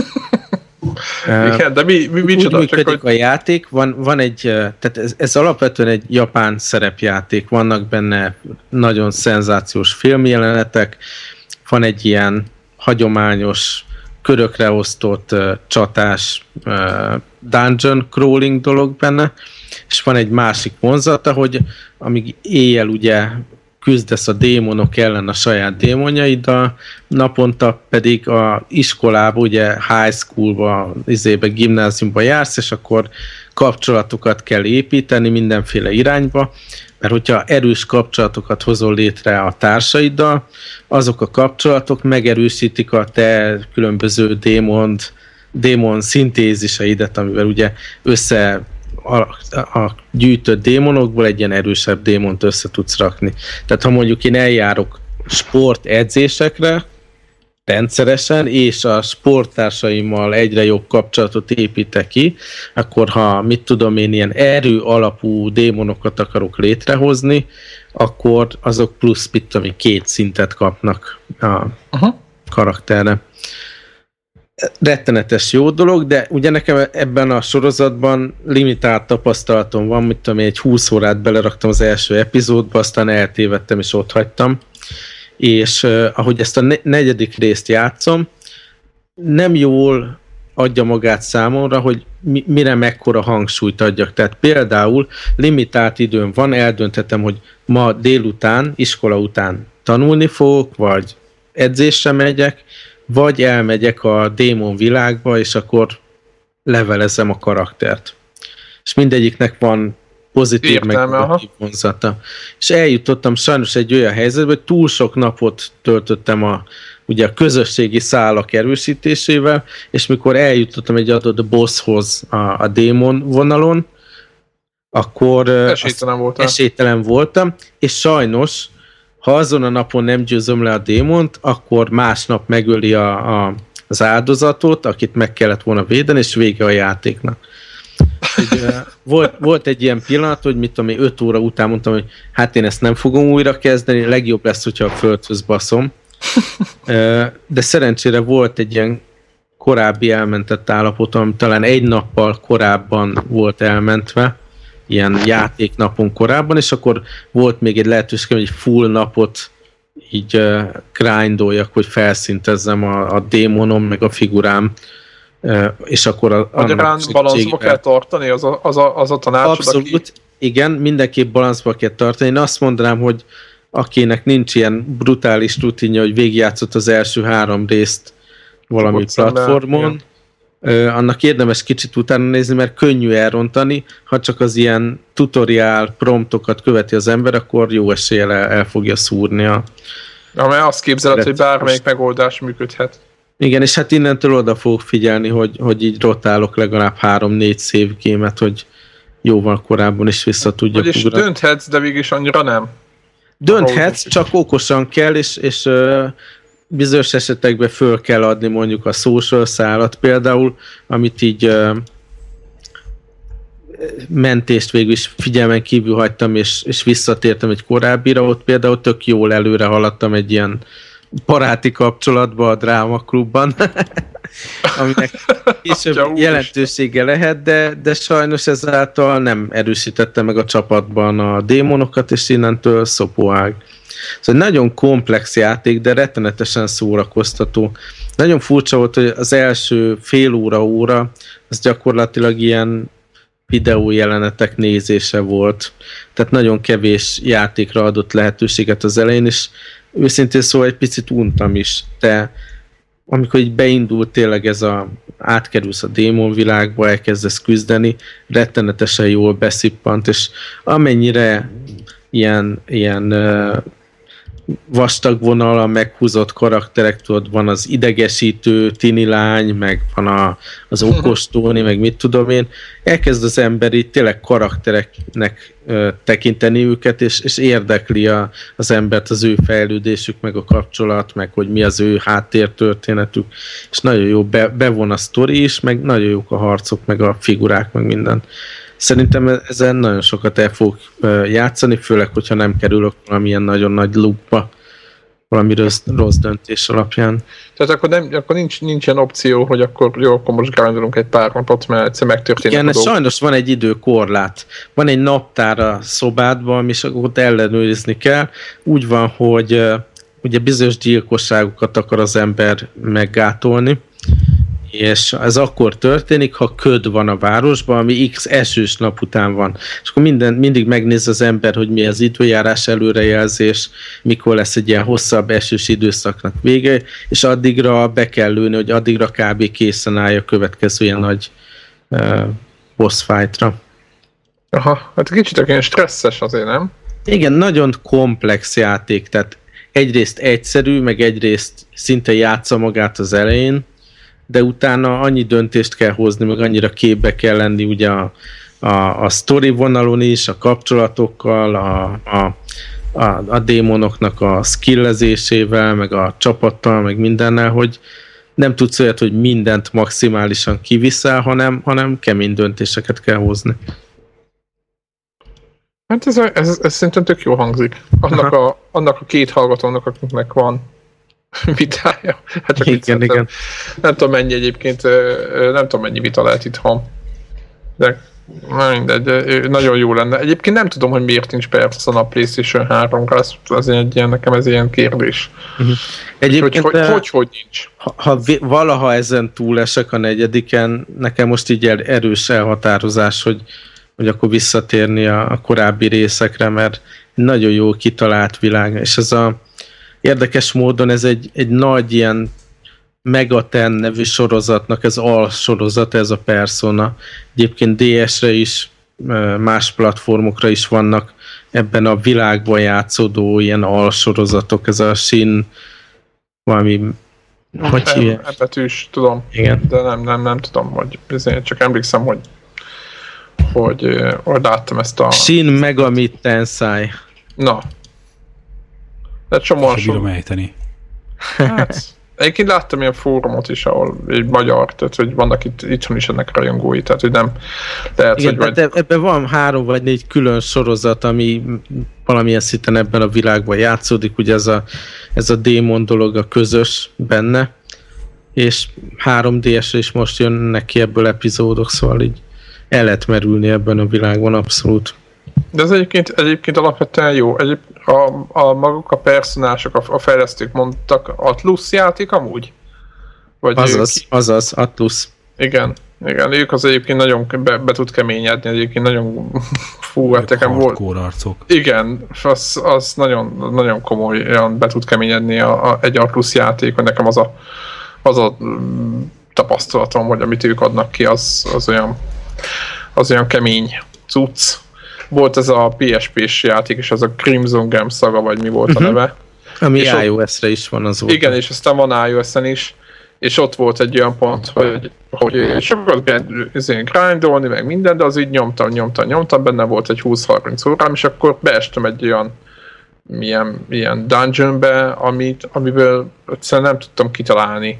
Igen, de mi, mi, mi úgy csoda, működik csak, a játék, van, van egy, tehát ez, ez alapvetően egy japán szerepjáték, vannak benne nagyon szenzációs filmjelenetek, van egy ilyen hagyományos, körökre osztott uh, csatás uh, dungeon crawling dolog benne, és van egy másik vonzata, hogy amíg éjjel ugye küzdesz a démonok ellen a saját démonjaiddal, naponta pedig a iskolába, ugye high schoolba, izébe, gimnáziumba jársz, és akkor kapcsolatokat kell építeni mindenféle irányba, mert hogyha erős kapcsolatokat hozol létre a társaiddal, azok a kapcsolatok megerősítik a te különböző démon, démon szintéziseidet, amivel ugye össze a, a gyűjtött démonokból egy ilyen erősebb démont össze tudsz rakni. Tehát ha mondjuk én eljárok sport edzésekre rendszeresen, és a sporttársaimmal egyre jobb kapcsolatot építek ki, akkor ha, mit tudom én, ilyen erő alapú démonokat akarok létrehozni, akkor azok plusz, mit tudom én, két szintet kapnak a uh-huh. karakterre. Rettenetes jó dolog, de ugye nekem ebben a sorozatban limitált tapasztalatom van, mit tudom én, egy húsz órát beleraktam az első epizódba, aztán eltévedtem és ott hagytam. És uh, ahogy ezt a ne- negyedik részt játszom, nem jól adja magát számomra, hogy mi- mire mekkora hangsúlyt adjak. Tehát például limitált időm van, eldönthetem, hogy ma délután, iskola után tanulni fogok, vagy edzésre megyek, vagy elmegyek a démon világba, és akkor levelezem a karaktert. És mindegyiknek van pozitív, értelme, meg negatív vonzata. És eljutottam sajnos egy olyan helyzetbe, hogy túl sok napot töltöttem a, ugye a közösségi szálak erősítésével, és mikor eljutottam egy adott bosshoz a, a démon vonalon, akkor esélytelen voltam. esélytelen voltam, és sajnos, ha azon a napon nem győzöm le a démont, akkor másnap megöli a, a, az áldozatot, akit meg kellett volna védeni, és vége a játéknak. Úgy, volt, volt egy ilyen pillanat, hogy mit tudom én, öt óra után mondtam, hogy hát én ezt nem fogom újra kezdeni, legjobb lesz, hogyha a földhöz baszom. De szerencsére volt egy ilyen korábbi elmentett állapot, ami talán egy nappal korábban volt elmentve, ilyen játéknapon korábban, és akkor volt még egy lehetőségem, hogy egy full napot így uh, grindoljak, hogy felszintezzem a, a démonom, meg a figurám, uh, és akkor a, Magyarán balanszba kell tartani, az a, az a, az a tanácsod, abszolút, aki... igen, mindenképp balanszba kell tartani. Én azt mondanám, hogy akinek nincs ilyen brutális rutinja, hogy végigjátszott az első három részt valami Csopott platformon, szemben, annak érdemes kicsit utána nézni, mert könnyű elrontani, ha csak az ilyen tutoriál promptokat követi az ember, akkor jó eséllyel el, el fogja szúrni a... Ja, mert azt képzeled, hogy bármelyik megoldás működhet. Igen, és hát innentől oda fogok figyelni, hogy, hogy így rotálok legalább három-négy save game-et, hogy jóval korábban is vissza tudjak Vagyis ugrani. Dönthetsz, de végig is annyira nem. Dönthetsz, csak okosan kell, és, és uh, bizonyos esetekben föl kell adni mondjuk a social szálat például, amit így uh, mentést végül is figyelmen kívül hagytam, és, és visszatértem egy korábbira, ott például tök jól előre haladtam egy ilyen baráti kapcsolatba a drámaklubban, aminek később jelentősége lehet, de, de sajnos ezáltal nem erősítette meg a csapatban a démonokat, és innentől szopóág. Szóval nagyon komplex játék, de rettenetesen szórakoztató. Nagyon furcsa volt, hogy az első fél óra-óra az gyakorlatilag ilyen videójelenetek nézése volt. Tehát nagyon kevés játékra adott lehetőséget az elején, és őszintén szóval egy picit untam is, de amikor így beindult tényleg ez a átkerülsz a démonvilágba, elkezdesz küzdeni, rettenetesen jól beszippant, és amennyire ilyen, ilyen uh, vastag vonal a meghúzott karakterek, tudod, van az idegesítő tini lány, meg van a, az okos Tóni, meg mit tudom én, elkezd az ember itt tényleg karaktereknek uh, tekinteni őket, és, és érdekli a, az embert az ő fejlődésük, meg a kapcsolat, meg hogy mi az ő háttértörténetük, és nagyon jó be, bevon a sztori is, meg nagyon jók a harcok, meg a figurák, meg minden. Szerintem ezen nagyon sokat el fog játszani, főleg, hogyha nem kerülök valamilyen nagyon nagy loopba, valami rossz, rossz döntés alapján. Tehát akkor, nem, akkor nincs, nincsen opció, hogy akkor jó, akkor most grindolunk egy pár napot, mert egyszer megtörténik igen, a dolog. Sajnos van egy időkorlát. Van egy naptár a szobádban, és ott ellenőrizni kell. Úgy van, hogy ugye bizonyos gyilkosságokat akar az ember meggátolni, és ez akkor történik, ha köd van a városban, ami x esős nap után van. És akkor minden, mindig megnéz az ember, hogy mi az időjárás előrejelzés, mikor lesz egy ilyen hosszabb esős időszaknak vége, és addigra be kell lőni, hogy addigra kb. Készen állj a következő ilyen nagy uh, boss fightra. Aha, hát kicsit ilyen stresszes azért, nem? Igen, nagyon komplex játék, tehát egyrészt egyszerű, meg egyrészt szinte játsza magát az elején, de utána annyi döntést kell hozni, meg annyira képbe kell lenni ugye a, a, a sztori vonalon is, a kapcsolatokkal, a, a, a, a démonoknak a skillezésével, meg a csapattal, meg mindennel, hogy nem tudsz olyat, hogy mindent maximálisan kiviszel, hanem, hanem kemény döntéseket kell hozni. Hát ez, ez, ez szerintem tök jó hangzik. Annak a, annak a két hallgatónak, akiknek van vitája. Hát csak igen, igen. Nem tudom mennyi egyébként, nem tudom mennyi vita lehet itthon. De mindegy, de nagyon jó lenne. Egyébként nem tudom, hogy miért nincs Persona a PlayStation háromra, ez azért egy ilyen, nekem ez ilyen kérdés. Uh-huh. Egyébként hogy, hogy, hogy, hogy nincs? Ha, ha valaha ezen túlesek a negyediken, nekem most így erős elhatározás, hogy, hogy akkor visszatérni a, a korábbi részekre, mert nagyon jó kitalált világ, és ez a érdekes módon ez egy, egy nagy ilyen Megaten nevű sorozatnak ez alsorozat, ez a Persona. Egyébként dé es-re is, más platformokra is vannak ebben a világban játszódó ilyen alsorozatok, ez a Shin valami, hogy hívják? Ebetűs, tudom, igen. De nem, nem, nem tudom, hogy bizony, csak emlékszem, hogy hogy, hogy láttam ezt a... Shin Megami Tensei. Na. De csomóan so... bírom ejteni. Hát... Egyébként láttam ilyen fórumot is, ahol egy magyar, tehát hogy vannak itt, itthon is ennek rajongói, tehát hogy nem lehet, igen, hogy... Vagy... ebben van három vagy négy külön sorozat, ami valamilyen szinten ebben a világban játszódik, ugye ez a, ez a démon dolog a közös benne, és három dé es-re is most jönnek ki ebből epizódok, szóval így el lehet merülni ebben a világban abszolút. De ez egyébként, egyébként alapvetően jó. Egyéb, a, a maguk a personások, a, a fejlesztők mondtak, Atlus játék amúgy? Vagy azaz, ők... azaz, Atlus. Igen, igen, ők az egyébként nagyon be, be tud keményedni, egyébként nagyon fú, hát nekem volt. Arcok. Igen, az, az nagyon, nagyon komolyan be tud keményedni a, a, egy Atlus játék, hogy nekem az a, az a tapasztalatom, hogy amit ők adnak ki, az, az olyan az olyan kemény cucc. Volt ez a pé es pés játék, és az a Crimson Gem szaga, vagy mi volt a neve. Ami iOS-re is van az volt. Igen, és aztán van iOS-en is, és ott volt egy olyan pont, hogy, hogy sokat kell grindolni, meg minden, de az így nyomtam, nyomtam, nyomtam, benne volt egy húsz-harminc órám, és akkor beestem egy olyan milyen, ilyen dungeonbe, amit, amiből egyszerűen nem tudtam kitalálni.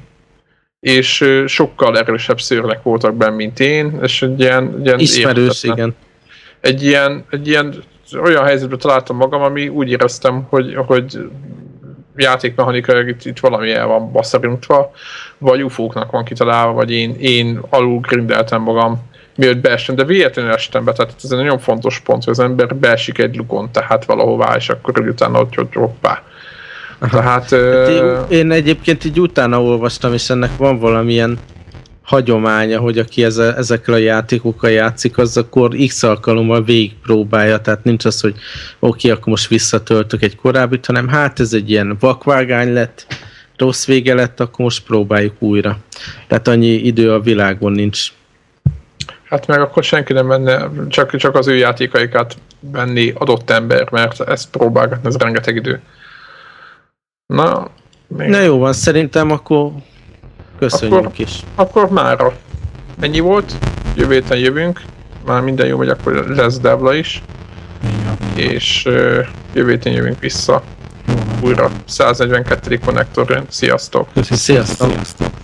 És sokkal erősebb szőrnek voltak benne, mint én, és egy ilyen... ilyen ismerős, igen. Egy ilyen, egy ilyen olyan helyzetben találtam magam, ami úgy éreztem, hogy, hogy játékmechanikailag itt, itt valami el van basszarintva, vagy ufóknak van kitalálva, vagy én, én alul grindeltem magam, mielőtt beestem, de véletlenül estem be, tehát ez egy nagyon fontos pont, hogy az ember beesik egy lukon, tehát valahová, és akkor utána ott, hogy hoppá. Tehát, hát ö... én egyébként így utána olvastam, és ennek van valamilyen hagyománya, hogy aki eze, ezekkel a játékokkal játszik, az akkor X alkalommal végigpróbálja, tehát nincs az, hogy oké, okay, akkor most visszatöltök egy korábbit, hanem hát ez egy ilyen vakvágány lett, rossz vége lett, akkor most próbáljuk újra. Tehát annyi idő a világon nincs. Hát meg akkor senki nem menne, csak, csak az ő játékaikat venni adott ember, mert ezt próbálgatni, ez rengeteg idő. Na, még... Na jó van, szerintem akkor köszönjük akkor, is. Akkor mára ennyi volt, jövő héten jövünk, már minden jó megy, akkor lesz Devla is, ja. és uh, jövő héten jövünk vissza. Újra száznegyvenkettedik konnektor jön. Sziasztok! Köszönjük. Sziasztok! Sziasztok.